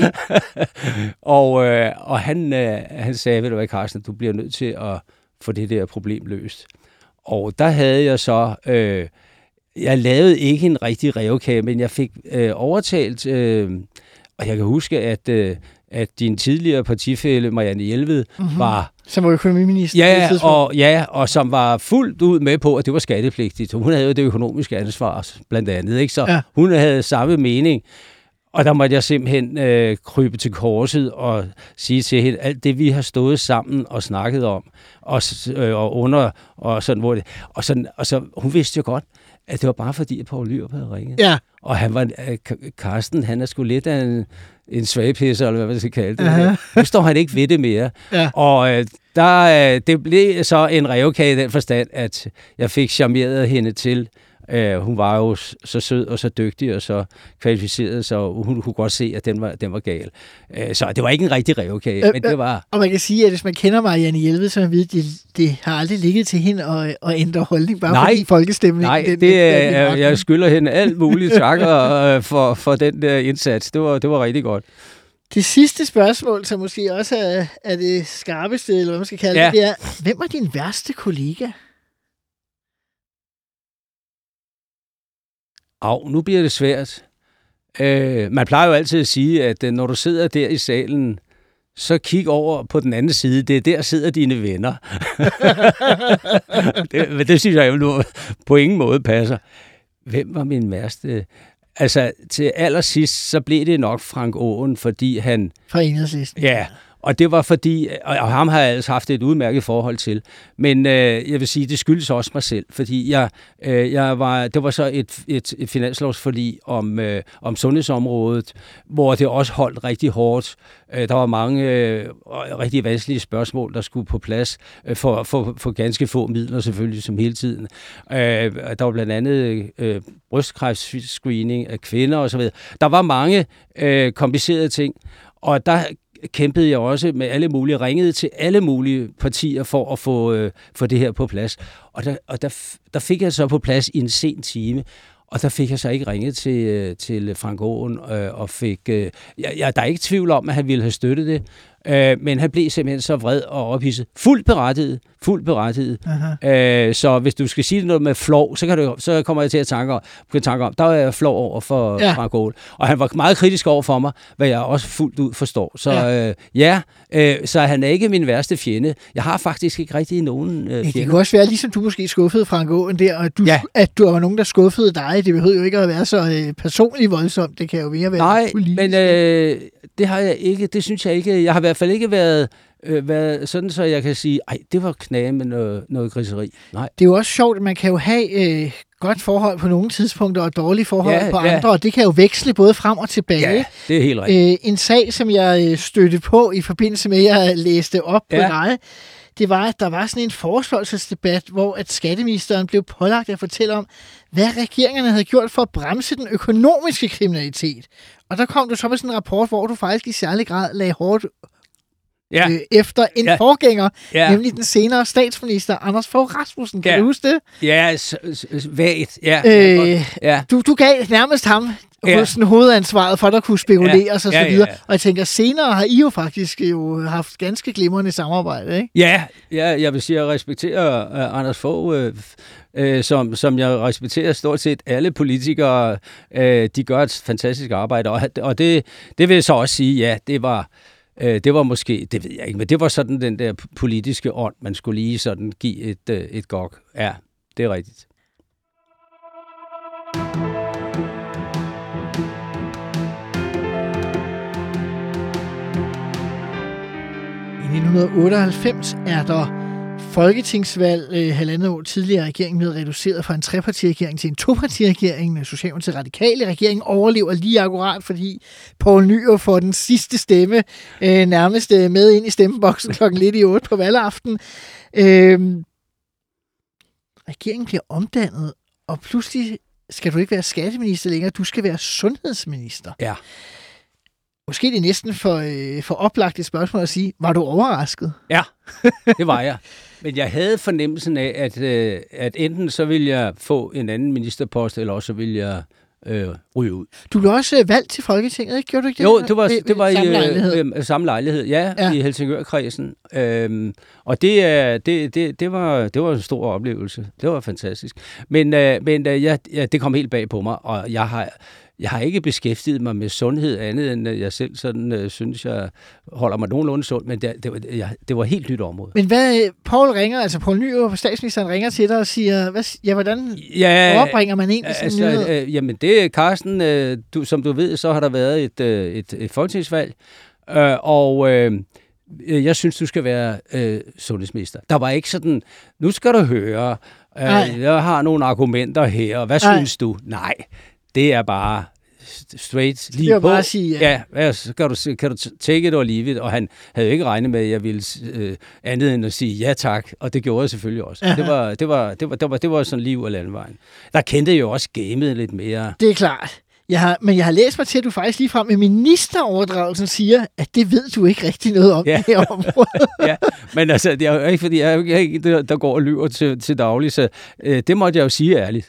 og øh, og han, øh, han sagde, ved du hvad, Carsten, du bliver nødt til at få det der problem løst. Og der havde jeg så... Øh, Jeg lavede ikke en rigtig rævekage, men jeg fik øh, overtalt, øh, og jeg kan huske, at, øh, at din tidligere partifælle, Marianne Jelved, mm-hmm. var... Som var økonomiminister. Ja og, ja, og som var fuldt ud med på, at det var skattepligtigt. Hun havde jo det økonomiske ansvar, blandt andet, ikke? Så ja. Hun havde samme mening. Og der måtte jeg simpelthen øh, krybe til korset og sige til hende, alt det, vi har stået sammen og snakket om, og, øh, og under, og sådan, hvor det... Og, sådan, og så, hun vidste jo godt, at det var bare fordi, at Poul Nyrup havde ringet. Ja. Og han var, Carsten, han er sgu lidt af en, en svagpisser, eller hvad man skal kalde det. Uh-huh. Nu står han ikke ved det mere. Ja. Og øh, der, det blev så en rævekage i den forstand, at jeg fik charmeret hende til. Uh, hun var jo så sød og så dygtig og så kvalificeret, så hun kunne godt se, at den var, den var gal. Uh, så det var ikke en rigtig rævekage, øh, men det var... Og man kan sige, at hvis man kender Marianne Jelved, så man ved, at det, det har aldrig ligget til hende at, at ændre holdning, bare nej, fordi folkestemningen... Nej, den, det er, den, jeg skylder hende alt muligt takker for, for den der indsats. Det var, det var rigtig godt. Det sidste spørgsmål, som måske også er, er det skarpeste, eller hvad man skal kalde ja. det, det er, hvem var din værste kollega? Au, nu bliver det svært. Øh, man plejer jo altid at sige, at når du sidder der i salen, så kig over på den anden side. Det er der sidder dine venner. det, men det synes jeg jo nu på ingen måde passer. Hvem var min værste? Altså, til allersidst, så blev det nok Frank Aaen, fordi han... Fra Enhedslisten. Ja, og det var fordi, og ham har jeg altså haft et udmærket forhold til, men øh, jeg vil sige, det skyldes også mig selv, fordi jeg, øh, jeg var, det var så et, et, et finanslovsforlig om, øh, om sundhedsområdet, hvor det også holdt rigtig hårdt. Øh, der var mange øh, rigtig vanskelige spørgsmål, der skulle på plads øh, for, for, for ganske få midler selvfølgelig, som hele tiden. Øh, der var blandt andet øh, brystkræftscreening af kvinder osv. Der var mange øh, komplicerede ting, og der kæmpede jeg også med alle mulige, ringede til alle mulige partier for at få, øh, få det her på plads. Og, der, og der, der fik jeg så på plads i en sen time, og der fik jeg så ikke ringet til, øh, til Frank Aaen, øh, og fik... Øh, jeg, jeg, der er ikke tvivl om, at han ville have støttet det, øh, men han blev simpelthen så vred og ophidset. Fuldt berettiget. Fuldt berettiget. Øh, så hvis du skal sige noget med flov, så, kan du, så kommer jeg til at tanke om, tanke om der er jeg flov over for ja. Frank Aaen. Og han var meget kritisk over for mig, hvad jeg også fuldt ud forstår. Så ja, øh, ja øh, så han er ikke min værste fjende. Jeg har faktisk ikke rigtig nogen øh, fjende. Det kunne også være, ligesom du måske skuffede Frank Aaen der, og du, ja. at du var nogen, der skuffede dig. Det behøver jo ikke at være så øh, personligt voldsomt. Det kan jo mere være Nej, politisk. men øh, det har jeg ikke. Det synes jeg ikke. Jeg har i hvert fald ikke været... Øh, været sådan, så jeg kan sige, ej, det var knæ med noget, noget griseri. Nej. Det er jo også sjovt, at man kan jo have øh, godt forhold på nogle tidspunkter og dårlige forhold ja, på andre, ja. og det kan jo veksle både frem og tilbage. Ja, det er helt rigtigt. Øh, en sag, som jeg stødte på i forbindelse med, at jeg læste op ja. på dig, det var, at der var sådan en forespørgselsdebat, hvor at skatteministeren blev pålagt at fortælle om, hvad regeringerne havde gjort for at bremse den økonomiske kriminalitet. Og der kom du så med sådan en rapport, hvor du faktisk i særlig grad lagde hårdt Ja. Øh, efter en ja. forgænger, ja. nemlig den senere statsminister Anders Fogh Rasmussen. Kan ja. du huske det? Ja, svagt. Ja, øh, ja. Du, du gav nærmest ham ja. sådan hovedansvaret for, at der kunne spekuleres ja. og så ja, videre. Ja, ja. Og jeg tænker, senere har I jo faktisk jo haft ganske glimrende samarbejde, ikke? Ja, ja jeg vil sige, at jeg respekterer uh, Anders Fogh, øh, øh, som, som jeg respekterer stort set alle politikere. Øh, de gør et fantastisk arbejde, og, og det, det vil jeg så også sige, ja, det var... Det var måske, det ved jeg ikke, men det var sådan den der politiske ånd, man skulle lige sådan give et, et gok. Ja, det er rigtigt. nitten otteoghalvfems er der folketingsvalg. Øh, halvandet år tidligere er regeringen blevet reduceret fra en trepartiregering til en topartiregering. Socialdemokratiet radikale regering overlever lige akkurat, fordi Poul Nyrup får den sidste stemme øh, nærmest øh, med ind i stemmeboksen klokken lidt i otte på valgaften. Øh, regeringen bliver omdannet, og pludselig skal du ikke være skatteminister længere, du skal være sundhedsminister. Ja. Måske det er næsten for, øh, for oplagt et spørgsmål at sige, var du overrasket? Ja, det var jeg. Men jeg havde fornemmelsen af, at, øh, at enten så ville jeg få en anden ministerpost, eller også ville jeg øh, ryge ud. Du blev også valgt til Folketinget, ikke? Gjorde du ikke det? Jo, det var, det var samme i lejlighed. øh, samme lejlighed, ja, Ja. i Helsingør-kredsen. Øhm, og det, er- det, det, det, var, det var en stor oplevelse. Det var fantastisk. Men, øh, men øh, ja, ja, det kom helt bag på mig, og jeg har... Jeg har ikke beskæftiget mig med sundhed andet, end jeg selv sådan, øh, synes, jeg holder mig nogenlunde sund, men det, det, var, jeg, det var et helt nyt område. Men hvad, Poul ringer, altså Poul Nyrup, statsministeren ringer til dig og siger, hvad, ja, hvordan Ja, overbringer man egentlig sådan en altså, nyhed? øh, jamen det er Carsten, øh, du, som du ved, så har der været et, øh, et, et folketingsvalg, øh, og øh, jeg synes, du skal være øh, sundhedsminister. Der var ikke sådan, nu skal du høre, øh, jeg har nogle argumenter her, og hvad Nej. synes du? Nej. Det er bare straight lige Det er på. bare at sige, ja. ja. Ja, så kan du, kan du take it or leave it. Og han havde jo ikke regnet med, at jeg ville øh, andet end at sige ja tak. Og det gjorde jeg selvfølgelig også. Aha. Det var, det, var, det, var, det, var, det var sådan liv af landvejen. Der kendte jeg jo også gamet lidt mere. Det er klart. Jeg har, men jeg har læst mig til, at du faktisk ligefrem med ministeroverdragelsen siger, at det ved du ikke rigtig noget om Ja. det her område. Ja, men altså, det er jo ikke, fordi jeg er jo ikke der, der går og lyver til, til daglig, så øh, det måtte jeg jo sige ærligt.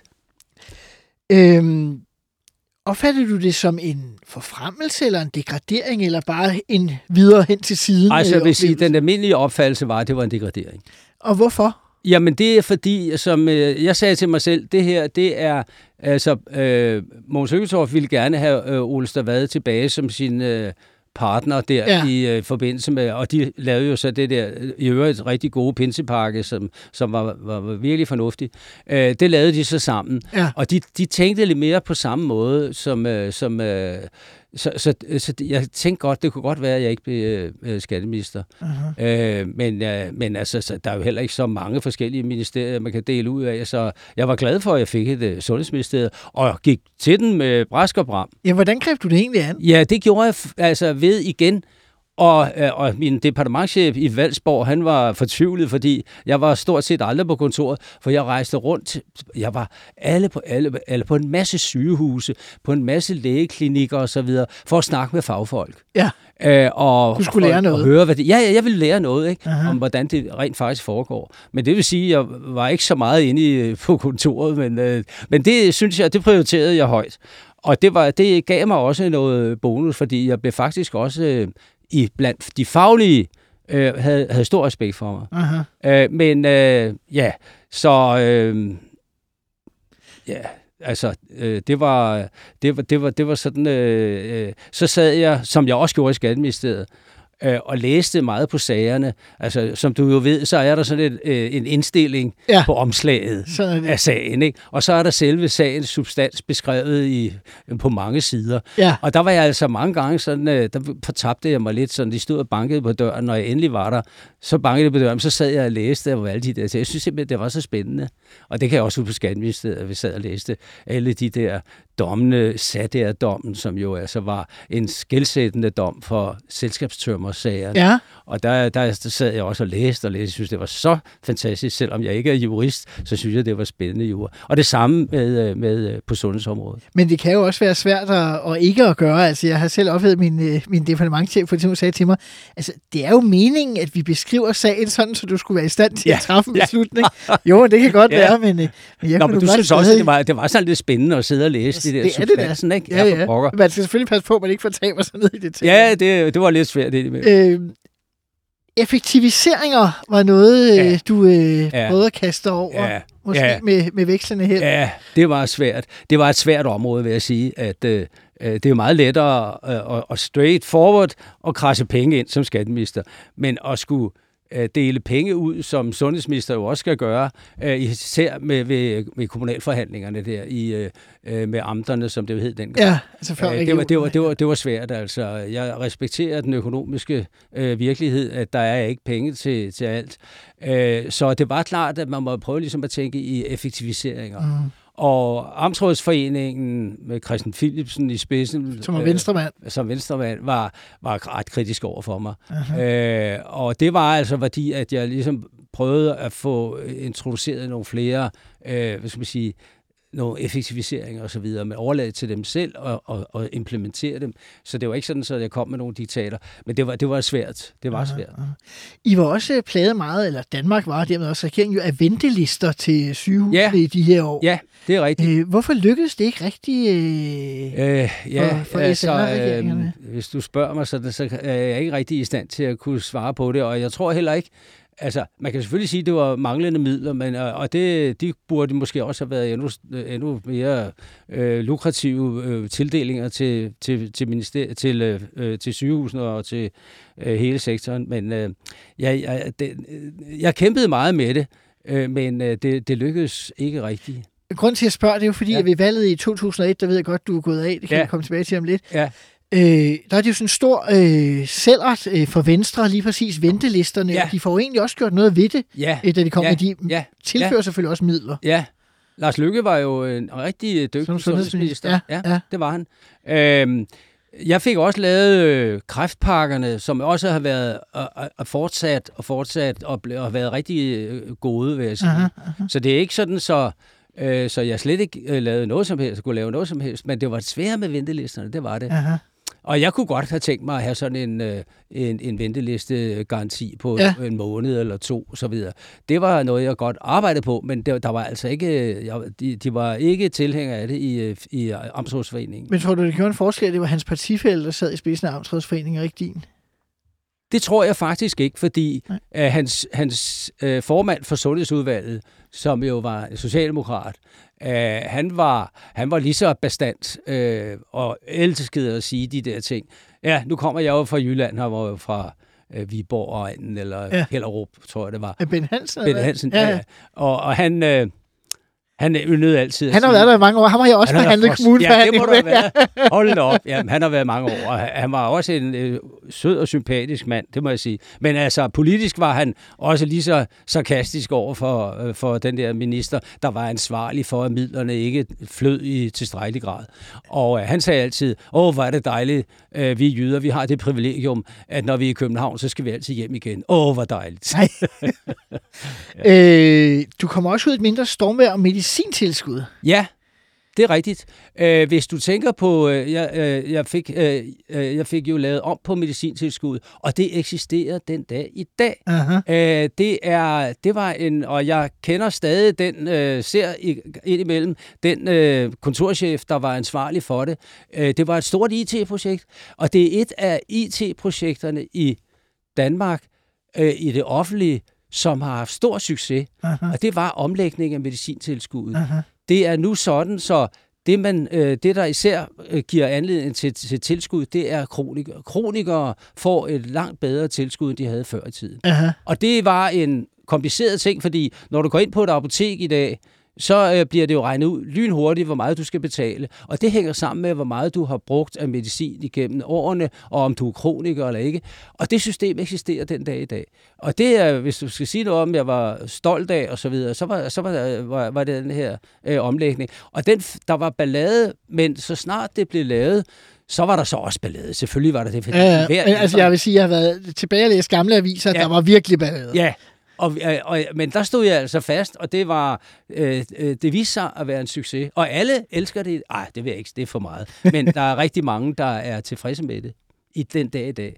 øhm, opfatter du det som en forfremmelse, eller en degradering, eller bare en videre hen til siden? Altså, jeg øh, vil sige, oplevelse? den almindelige opfattelse var, at det var en degradering. Og hvorfor? Jamen, det er fordi, som øh, jeg sagde til mig selv, det her, det er, altså, øh, Mogens Lykketoft ville gerne have øh, Ole Stavad tilbage som sin øh, partner der Ja. ja. i øh, forbindelse med, og de lavede jo så det der, øh, i øvrigt rigtig gode pinsepakke, som, som var, var, var virkelig fornuftigt. Øh, det lavede de så sammen, Ja. og de, de tænkte lidt mere på samme måde, som, øh, som øh, så, så, så jeg tænkte godt, det kunne godt være, at jeg ikke blev øh, skatteminister. Uh-huh. Øh, men, øh, men altså, så, der er jo heller ikke så mange forskellige ministerier, man kan dele ud af, så jeg var glad for, at jeg fik et øh, sundhedsministerium, og gik til den med brask og bram. Ja, hvordan greb du det egentlig an? Ja, det gjorde jeg f- altså ved igen, og, øh, og min departementschef i Valsborg, han var fortvivlet, fordi jeg var stort set aldrig på kontoret, for jeg rejste rundt, jeg var alle på, alle, alle på en masse sygehuse, på en masse lægeklinikker og så videre, for at snakke med fagfolk. Ja. Øh, og, Du skulle og, lære noget. Og høre, hvad det, ja, ja, jeg ville lære noget, ikke? Aha. Om hvordan det rent faktisk foregår. Men det vil sige, at jeg var ikke så meget inde i, på kontoret, men, øh, men det synes jeg, det prioriterede jeg højt. Og det, var, det gav mig også noget bonus, fordi jeg blev faktisk også øh, i blandt de faglige, øh, havde, havde stor respekt for mig. Uh-huh. Øh, men øh, ja, så øh, ja, altså øh, det var det var det var det var sådan. Øh, øh, så sad jeg, som jeg også gjorde i Skatteministeriet, øh, og læste meget på sagerne. Altså, som du jo ved, så er der sådan et, øh, en indstilling Ja. på omslaget Sådan er det. af sagen, ikke? Og så er der selve sagens substans beskrevet i, på mange sider. Ja. Og der var jeg altså mange gange sådan, øh, der fortabte jeg mig lidt, sådan, de stod og bankede på døren, når jeg endelig var der, så bankede de på døren, så sad jeg og læste og alle de der. Så jeg synes simpelthen, det var så spændende. Og det kan jeg også huske på Skatteministeriet, at vi sad og læste alle de der dommene, Sader-dommen, som jo altså var en skelsættende dom for selskabstømmersagerne. Ja. Og der, der sad jeg også og læste og læste. Jeg synes, det var så fantastisk. Selvom jeg ikke er jurist, så synes jeg, det var spændende jura. Og det samme med, med på sundhedsområdet. Men det kan jo også være svært at, at ikke at gøre. Altså, jeg har selv oplevet, min, min departementschef for eksempel sagde til mig, altså, det er jo meningen, at vi beskriver sagen sådan, så du skulle være i stand til Ja, at træffe en ja. beslutning. Jo, det kan godt Ja. være, men, øh, men jeg Nå, kunne men du godt synes også, at stadig- det var, det var sådan lidt spændende at sidde og læse de der det er det da. substansen, ikke? Ja, for ja. pokker. Man skal selvfølgelig passe på, at man ikke fortaber sig ned i det. Ja, det, det var lidt svært. Det med. Øh, effektiviseringer var noget, Ja. øh, du øh, Ja. prøvede at kaste over. Ja. Måske Ja. med, med vekslende held. Ja, det var svært. Det var et svært område, vil jeg sige, at øh, det er meget lettere øh, og, og straight forward at krasse penge ind som skatteminister, men at skulle dele penge ud, som sundhedsminister jo også skal gøre, især med, ved, ved kommunalforhandlingerne der i, med amterne, som det jo hed dengang. Ja, altså før det, var, det, var, det, var, det var svært, altså. Jeg respekterer den økonomiske øh, virkelighed, at der er ikke penge til, til alt. Øh, så det var klart, at man må prøve ligesom at tænke i effektiviseringer. Mm. Og Amtsrådsforeningen med Christian Philipsen i spidsen, som venstremand, øh, som venstremand var, var ret kritisk over for mig. Øh, og det var altså fordi, at jeg ligesom prøvede at få introduceret nogle flere, øh, hvad skal man sige, nogle effektiviseringer og så videre, men overlade til dem selv og, og, og implementere dem. Så det var ikke sådan, at jeg kom med nogle diktater, men det var, det var svært. Det var svært. I var også plaget meget, eller Danmark var dermed også regeringen jo, af ventelister til sygehusene ja. i de her år. Ja, det er rigtigt. Øh, hvorfor lykkedes det ikke rigtigt øh, øh, ja, for, for altså, S R R-regeringerne? Øh, hvis du spørger mig, så, så er jeg ikke rigtig i stand til at kunne svare på det, og jeg tror heller ikke, altså, man kan selvfølgelig sige, at det var manglende midler, men, og det, de burde måske også have været endnu, endnu mere øh, lukrative øh, tildelinger til, til, til, minister, til, øh, til sygehusene og til øh, hele sektoren. Men øh, jeg, jeg, det, jeg kæmpede meget med det, øh, men øh, det, det lykkedes ikke rigtigt. Grunden til at spørge, det er jo fordi, ja. at ved valget i to tusind og et, der ved jeg godt, du er gået af, det kan ja. vi komme tilbage til om lidt. Ja. Øh, der er det jo sådan en stor øh, sælgert øh, for Venstre, lige præcis ventelisterne, ja. og de får jo egentlig også gjort noget ved det, ja. øh, da de kom ja. med de ja. tilfører ja. selvfølgelig også midler. Ja, Lars Løkke var jo en rigtig dygtig sundhedsminister. Ja. Ja, ja, det var han. Øhm, jeg fik også lavet øh, kræftpakkerne, som også har været øh, øh, fortsat og fortsat og, ble, og været rigtig øh, gode, vil jeg sige. Aha, aha. Så det er ikke sådan, så øh, så jeg slet ikke øh, lavede noget som helst, kunne lave noget som helst, men det var svært med ventelisterne, det var det. Aha. Og jeg kunne godt have tænkt mig at have sådan en, en, en ventelistegaranti på ja. en måned eller to, så videre. Det var noget, jeg godt arbejdede på, men det, der var altså ikke, jeg, de, de var ikke tilhængere af det i, i Amtsrådsforeningen. Men tror du, det gjorde en forskel, at det var hans partifælle, der sad i spidsen af Amtsrådsforeningen, og ikke din? Det tror jeg faktisk ikke, fordi uh, hans, hans uh, formand for Sundhedsudvalget, som jo var socialdemokrat, uh, han, var, han var lige så bastant uh, og elskede at sige de der ting. Ja, nu kommer jeg jo fra Jylland, han var jo fra uh, Viborg og Anden, eller ja. Hellerup, tror jeg det var. Ben Hansen? Ben Hansen, ja. ja. Og, og han... Uh, Han yndede altid. Han har været der i mange år. Han har jeg også forhandlet kommuneforhandling med. Ja, det må der være. Hold da op. Jamen, han har været mange år. Han var også en øh, sød og sympatisk mand, det må jeg sige. Men altså, politisk var han også lige så sarkastisk over for, øh, for den der minister, der var ansvarlig for, at midlerne ikke flød i tilstrækkelig grad. Og øh, han sagde altid, åh, hvor er det dejligt, øh, vi jyder, vi har det privilegium, at når vi er i København, så skal vi altid hjem igen. Åh, hvor dejligt. ja. øh, du kommer også ud et mindre stormvejr om medicintilskud. Ja, det er rigtigt. Øh, hvis du tænker på, øh, jeg, øh, jeg, fik, øh, jeg fik jo lavet om på medicintilskud, og det eksisterer den dag i dag. Uh-huh. Øh, det, er, det var en, og jeg kender stadig den, øh, ser indimellem, den øh, kontorchef, der var ansvarlig for det. Øh, det var et stort I T-projekt, og det er et af I T-projekterne i Danmark, øh, i det offentlige, som har haft stor succes, uh-huh. og det var omlægning af medicintilskuddet. Uh-huh. Det er nu sådan, så det, man, øh, det der især øh, giver anledning til, til tilskud, det er kronikere. Kronikere får et langt bedre tilskud, end de havde før i tiden. Uh-huh. Og det var en kompliceret ting, fordi når du går ind på et apotek i dag, så øh, bliver det jo regnet ud lynhurtigt, hvor meget du skal betale. Og det hænger sammen med, hvor meget du har brugt af medicin igennem årene, og om du er kroniker eller ikke. Og det system eksisterer den dag i dag. Og det er, hvis du skal sige noget om, jeg var stolt af, og så videre, så var, så var, var, var det den her øh, omlægning. Og den, der var ballade, men så snart det blev lavet, så var der så også ballade. Selvfølgelig var der det. Fordi ja, ja. Altså, jeg vil sige, jeg har været tilbage og læst gamle aviser, ja. Der var virkelig ballade. Ja. Og, og, men der stod jeg altså fast, og det var øh, det viste sig at være en succes. Og alle elsker det. Ej, det ved jeg ikke, det er for meget. Men der er rigtig mange, der er tilfredse med det i den dag i dag.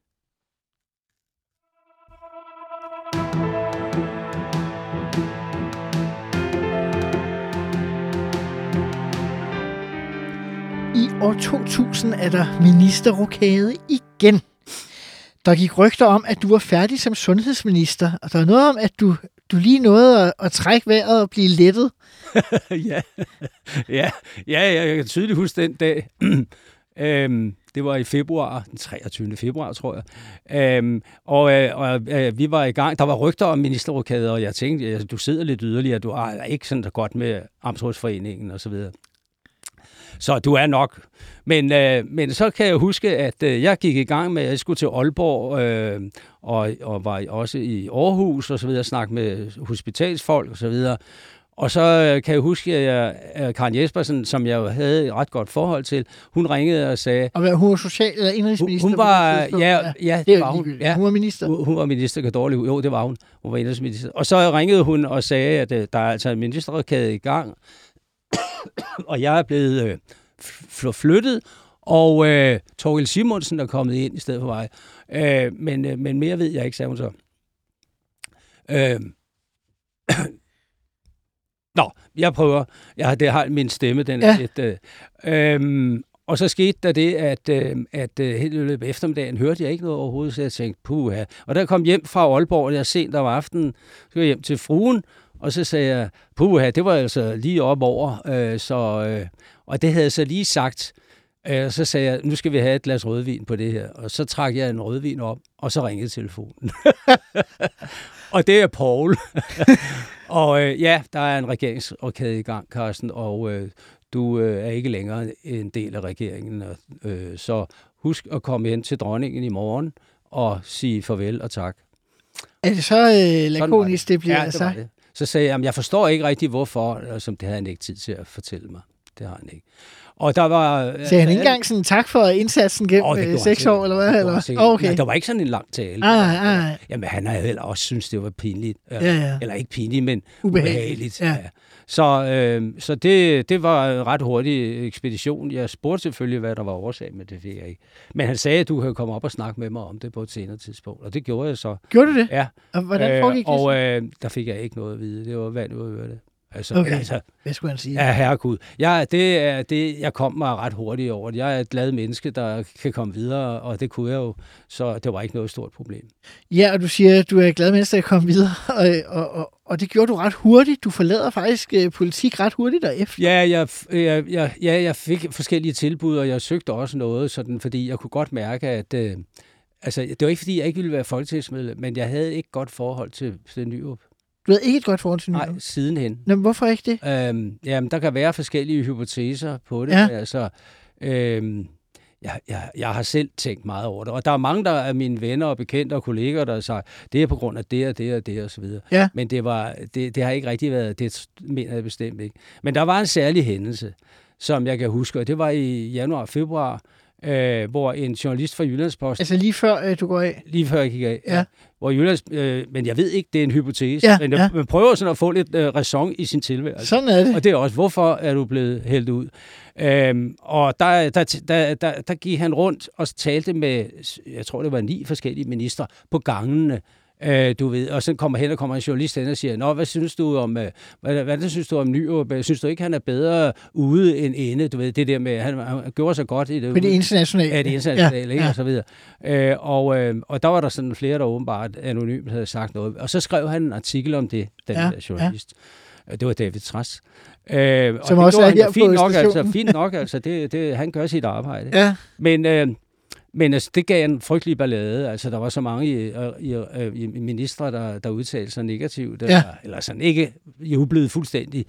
I år to tusind er der ministerrokade igen. Der gik rygter om, at du var færdig som sundhedsminister, og der er noget om, at du, du lige nåede at, at trække vejret og blive lettet. ja. ja, ja, jeg kan tydeligt huske den dag. Øhm, det var i februar, den treogtyvende februar, tror jeg. Øhm, og øh, og øh, vi var i gang. Der var rygter om ministerrokader, og jeg tænkte, altså, du sidder lidt yderligere, du er ikke sådan så godt med Amtsrådsforeningen og så videre. Så du er nok. Men, øh, men så kan jeg huske, at øh, jeg gik i gang med, at jeg skulle til Aalborg, øh, og, og var også i Aarhus og så videre, snakke med hospitalsfolk og så videre. Og så øh, kan jeg huske, at jeg, at Karen Jespersen, som jeg jo havde et ret godt forhold til, hun ringede og sagde... Og hun var social- eller indrigsminister? Hun, hun var... Ja, ja, det var hun. Ja. Hun var minister? Hun, hun var minister, kan dårligt. Jo, det var hun. Hun var indrigsminister. Og så ringede hun og sagde, at øh, der er altså en ministerrokade i gang, og jeg er blevet øh, flyttet, og øh, Torgild Simonsen er kommet ind i stedet for mig. Øh, men, øh, men mere ved jeg ikke, sagde hun så. Øh, Nå, jeg prøver. Jeg det har min stemme, den er ja. lidt... Øh, øh, og så skete der det, at, øh, at øh, helt i løbet af eftermiddagen hørte jeg ikke noget overhovedet, så jeg tænkte, puha. Og da jeg kom hjem fra Aalborg, og jeg sent om aftenen, så kom jeg hjem til fruen, og så sagde jeg, puha, det var altså lige op over. Øh, så, øh, og det havde jeg så lige sagt. Øh, så sagde jeg, nu skal vi have et glas rødvin på det her. Og så trak jeg en rødvin op, og så ringede telefonen. Og det er Poul. Og øh, ja, der er en regeringsrokade i gang, Carsten, og øh, du øh, er ikke længere en del af regeringen. Øh, så husk at komme hen til dronningen i morgen og sige farvel og tak. Er det så øh, lakonisk, det, det bliver ja, det sagt? Det. Så sagde jeg, jeg forstår ikke rigtig, hvorfor, som det havde han ikke tid til at fortælle mig. Det har han ikke. Og der var... Så han ikke engang sådan tak for indsatsen gennem oh, seks år, eller hvad? Eller? Oh, okay. Nej, der var ikke sådan en lang tale. Ah, ah. Jamen, han havde heller også syntes, det var pinligt. Ja, ja. Eller ikke pinligt, men ubehageligt. ubehageligt. Ja. Ja. Så, øh, så det, det var en ret hurtig ekspedition. Jeg spurgte selvfølgelig, hvad der var årsag med det, fik jeg ikke. Men han sagde, at du kunne komme op og snakke med mig om det på et senere tidspunkt. Og det gjorde jeg så. Gjorde du det? Ja. Og hvordan foregik det? Øh, og øh, der fik jeg ikke noget at vide. Det var vand ud at høre det. Altså, okay, altså, hvad skulle han sige? Ja, herregud. Jeg, det er, det, jeg kom mig ret hurtigt over det. Jeg er et glad menneske, der kan komme videre, og det kunne jeg jo, så det var ikke noget stort problem. Ja, og du siger, at du er et glad menneske, der kan komme videre, og, og, og, og det gjorde du ret hurtigt. Du forlader faktisk uh, politik ret hurtigt derefter. Ja, jeg, jeg, jeg, ja, jeg fik forskellige tilbud, og jeg søgte også noget, sådan, fordi jeg kunne godt mærke, at øh, altså, det var ikke, fordi jeg ikke ville være folketingsmedlem, men jeg havde ikke godt forhold til, til Nyrup. Du havde ikke et godt forhold til Nyrup? Nej, sidenhen. Nå, hvorfor ikke det? Øhm, jamen, der kan være forskellige hypoteser på det. Ja. Altså, øhm, jeg, jeg, jeg har selv tænkt meget over det. Og der er mange der af mine venner og bekendte og kolleger, der siger, det er på grund af det og det og det og så videre. Ja. Men det, var, det, det har ikke rigtig været, det mener jeg bestemt ikke. Men der var en særlig hændelse, som jeg kan huske, og det var i januar og februar, Øh, hvor en journalist fra Jyllandsposten... Altså lige før øh, du går af? Lige før jeg gik af, ja. ja. Hvor Jyllands... Øh, men jeg ved ikke, det er en hypotese. Ja, men ja. man prøver sådan at få lidt øh, ræson i sin tilværelse. Sådan er det. Og det er også, hvorfor er du blevet hældt ud? Øhm, og der, der, der, der, der gik han rundt og talte med, jeg tror, det var ni forskellige ministre på gangene. Øh, du ved, og så kommer hen og kommer en journalist hen og siger, nå, hvad synes du om, øh, hvad, hvad synes du om Nyrup? Synes du ikke, han er bedre ude end inde? Du ved, det der med, han, han gjorde sig godt i det. Med det internationale. Ja, det internationale, ja, ikke? Ja. Og så videre. Øh, og, øh, og der var der sådan flere, der åbenbart anonymt havde sagt noget. Og så skrev han en artikel om det, den ja, der journalist. Ja. Det var David Trads. Øh, Som og også det er her fint på nok, stationen. altså, fint nok, altså, det, det, han gør sit arbejde. Ja. Men... Øh, Men altså, det gav en frygtelig ballade. Altså, der var så mange i, i, i ministre, der, der udtalte sig negativt, eller, ja. eller sådan ikke jublede fuldstændig.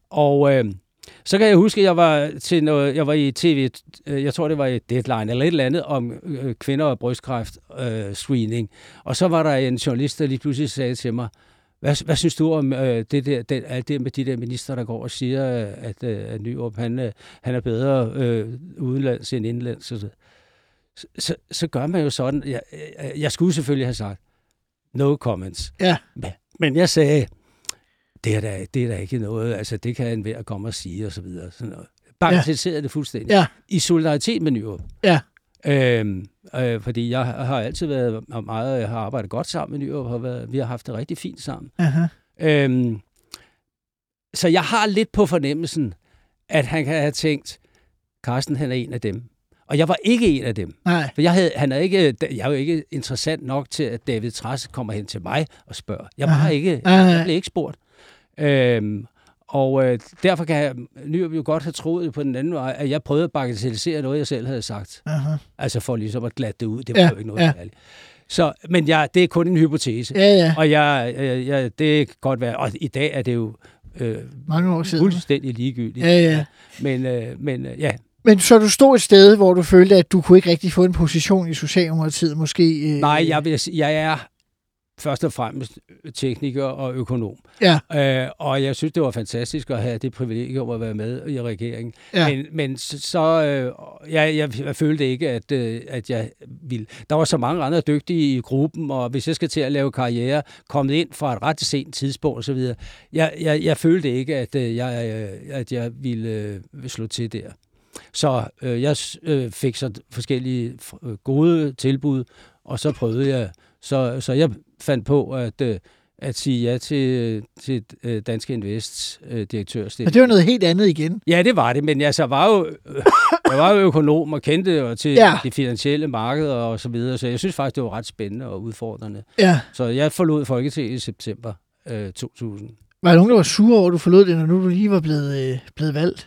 Og øh, så kan jeg huske, at jeg var til noget, jeg var i tv, jeg tror det var i Deadline, eller et eller andet, om øh, kvinder og brystkræft øh, screening. Og så var der en journalist, der lige pludselig sagde til mig, Hvad, hvad synes du om øh, det der, det, alt det med de der minister, der går og siger, at, øh, at Nyrup, han, øh, han er bedre øh, udenlands end indlands? Så, så, så gør man jo sådan. Jeg, jeg, jeg skulle selvfølgelig have sagt, no comments. Ja. Men, men jeg sagde, det er, da, det er da ikke noget, altså det kan enhver komme og sige, og så videre. Sådan noget. Bagatelliserede ja. det fuldstændig. Ja. I solidaritet med Nyrup. Ja. Øhm, øh, fordi jeg har altid været meget, jeg har arbejdet godt sammen med Nyrup, har været, vi har haft det rigtig fint sammen. Uh-huh. Øhm, så jeg har lidt på fornemmelsen, at han kan have tænkt, Carsten, han er en af dem. Og jeg var ikke en af dem. Nej. For jeg, havde, han er ikke, jeg er jo ikke interessant nok til, at David Trads kommer hen til mig og spørger. Jeg var ikke, uh-huh. jeg blev ikke spurgt. Øhm, Og øh, derfor kan jeg, Nyrup jo godt have troet på den anden vej, at jeg prøvede at bagatellisere noget, jeg selv havde sagt. Aha. Altså for ligesom at glatte det ud. Det var Ja, jo ikke noget ja. særligt. Så, men ja, det er kun en hypotese. Ja, ja. Og jeg, jeg, jeg, det kan godt være, og i dag er det jo øh, Mange år siden. fuldstændig ligegyldigt. Ja, ja. Men, øh, men øh, ja. Men så du stod et sted, hvor du følte, at du kunne ikke rigtig få en position i Socialdemokratiet, måske? Øh... Nej, jeg, vil, sige- jeg er først og fremmest tekniker og økonom. Ja. Øh, og jeg synes, det var fantastisk at have det privilegium at være med i regeringen. Ja. Men, men så, øh, jeg, jeg, jeg følte ikke, at, øh, at jeg ville. Der var så mange andre dygtige i gruppen, og hvis jeg skal til at lave karriere, kommet ind fra et ret sent tidspunkt osv., jeg, jeg, jeg følte ikke, at, øh, jeg, øh, at jeg ville øh, slå til der. Så øh, jeg øh, fik så forskellige øh, gode tilbud, og så prøvede jeg. Så, så jeg fandt på at, øh, at sige ja til, til øh, Danske Invests øh, direktørstilling. Men det var noget helt andet igen. Ja, det var det, men altså, var jo, øh, jeg var jo økonom og kendte jo til Ja. de finansielle markeder og så videre, så jeg synes faktisk, det var ret spændende og udfordrende. Ja. Så jeg forlod Folketinget i september øh, to tusind. Var der nogen, der var sure over, at du forlod det, når nu du lige var blevet, øh, blevet valgt?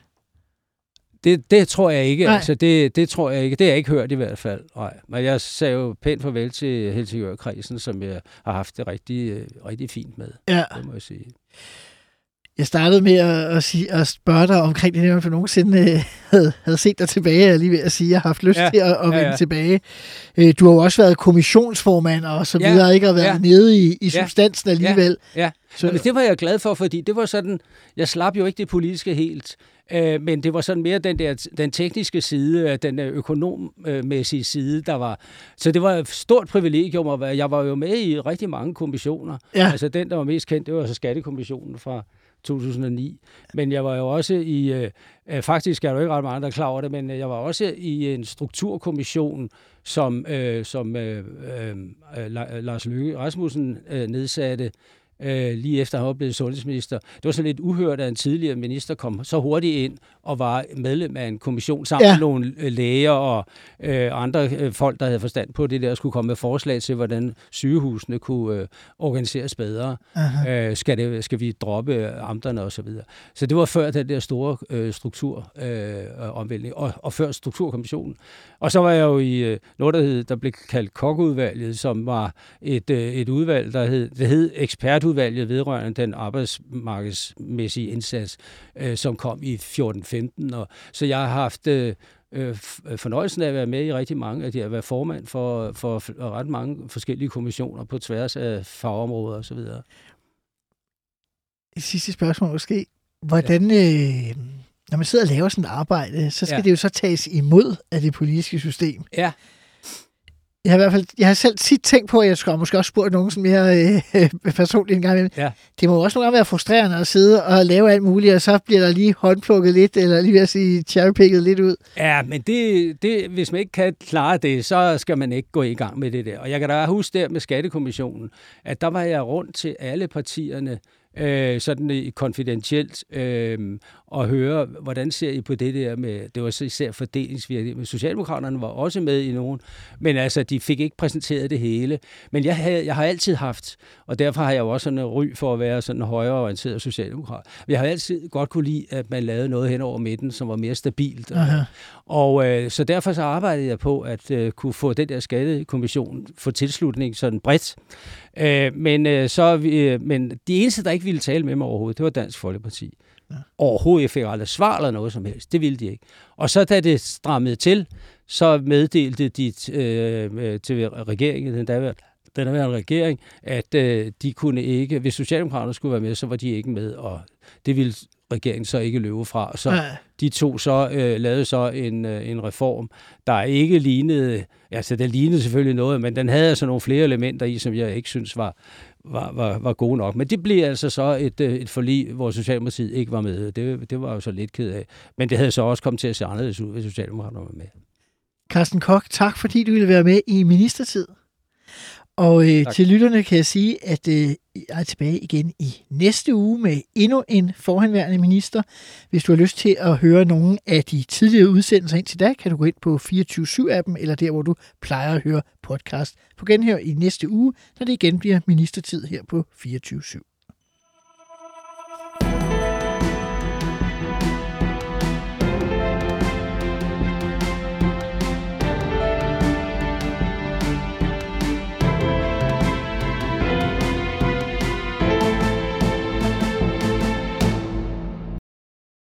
Det, det tror jeg ikke. Nej. Altså, det, det tror jeg ikke. Det har jeg ikke hørt i hvert fald. Nej. Men jeg sagde jo pænt farvel til Helsingør-kredsen, som jeg har haft det rigtig, øh, rigtig fint med. Ja. Det må jeg sige. Jeg startede med at, at, sige, at spørge dig omkring det, om du nogensinde øh, havde, havde set dig tilbage, jeg lige ved at sige, at jeg har haft lyst Ja. til at, at vende Ja, ja. tilbage. Øh, du har jo også været kommissionsformand og så Ja. videre, ikke? Og været Ja. nede i, i Ja. substansen alligevel. Ja, Så- men det var jeg glad for, fordi det var sådan, jeg slap jo ikke det politiske helt, øh, men det var sådan mere den der den tekniske side, den der økonommæssige side, der var. Så det var et stort privilegium at være. Jeg var jo med i rigtig mange kommissioner. Ja. Altså den, der var mest kendt, det var så Skattekommissionen fra to tusind og ni. Men jeg var jo også i, øh, faktisk er der jo ikke ret mange, der er klar over det, men jeg var også i en strukturkommission, som, øh, som øh, øh, Lars Løkke Rasmussen øh, nedsatte, øh, lige efter han var blevet sundhedsminister. Det var så lidt uhørt, at en tidligere minister kom så hurtigt ind og var medlem af en kommission sammen Ja. med nogle øh, læger og øh, andre øh, folk, der havde forstand på det der, skulle komme med forslag til, hvordan sygehusene kunne øh, organiseres bedre. Øh, skal, det, skal vi droppe amterne og så videre. Så det var før den der store øh, strukturomvæltning, øh, og, og før strukturkommissionen. Og så var jeg jo i øh, noget, der, hed, der blev kaldt Koch-udvalget, som var et, øh, et udvalg, der hed, det hed ekspertudvalget vedrørende den arbejdsmarkedsmæssige indsats, øh, som kom i fjorten femten. Og, så jeg har haft øh, øh, fornøjelsen af at være med i rigtig mange af de, at være formand for, for ret mange forskellige kommissioner på tværs af fagområder og så videre. Et sidste spørgsmål måske. Hvordan, øh, når man sidder og laver sådan et arbejde, så skal Ja. det jo så tages imod af det politiske system. Ja. Jeg har i hvert fald, jeg har selv tit tænkt på, at jeg skulle måske også spurgt nogen sådan mere øh, personligt en gang imellem. Ja. Det må jo også nogle gange være frustrerende at sidde og lave alt muligt, og så bliver der lige håndplukket lidt, eller lige ved at sige cherrypicket lidt ud. Ja, men det, det, hvis man ikke kan klare det, så skal man ikke gå i gang med det der. Og jeg kan da huske der med Skattekommissionen, at der var jeg rundt til alle partierne, øh, sådan i konfidentielt, øh, og høre, hvordan ser I på det der med, det var så især fordelingsvirksomhed, men Socialdemokraterne var også med i nogen, men altså, de fik ikke præsenteret det hele. Men jeg, havde, jeg har altid haft, og derfor har jeg jo også sådan en ry for at være sådan en højreorienteret socialdemokrat. Jeg har altid godt kunne lide, at man lavede noget hen over midten, som var mere stabilt. Aha. Og øh, så derfor så arbejdede jeg på at øh, kunne få den der skattekommission, få tilslutning sådan bredt. Øh, men, øh, så, øh, men de eneste, der ikke ville tale med mig overhovedet, det var Dansk Folkeparti. Ja. Overhovedet, jeg fik aldrig svar eller noget som helst. Det ville de ikke. Og så da det strammede til, så meddelte de øh, til regeringen, den daværende den daværende regering, at øh, de kunne ikke, hvis Socialdemokraterne skulle være med, så var de ikke med, og det ville regeringen så ikke løbe fra. Så Ja. de to så øh, lavede så en, øh, en reform, der ikke lignede, altså den lignede selvfølgelig noget, men den havde altså nogle flere elementer i, som jeg ikke synes var, var, var, var gode nok. Men det blev altså så et, et forlig, hvor Socialdemokratiet ikke var med. Det, det var jeg jo så lidt ked af. Men det havde så også kommet til at se anderledes ud, hvis Socialdemokraterne var med. Carsten Koch, tak fordi du ville være med i ministertid. Og øh, til lytterne kan jeg sige, at øh, jeg er tilbage igen i næste uge med endnu en forhenværende minister. Hvis du har lyst til at høre nogle af de tidligere udsendelser indtil da, kan du gå ind på fireogtyve syv appen, eller der, hvor du plejer at høre podcast på genhør i næste uge, når det igen bliver ministertid her på fireogtyve syv.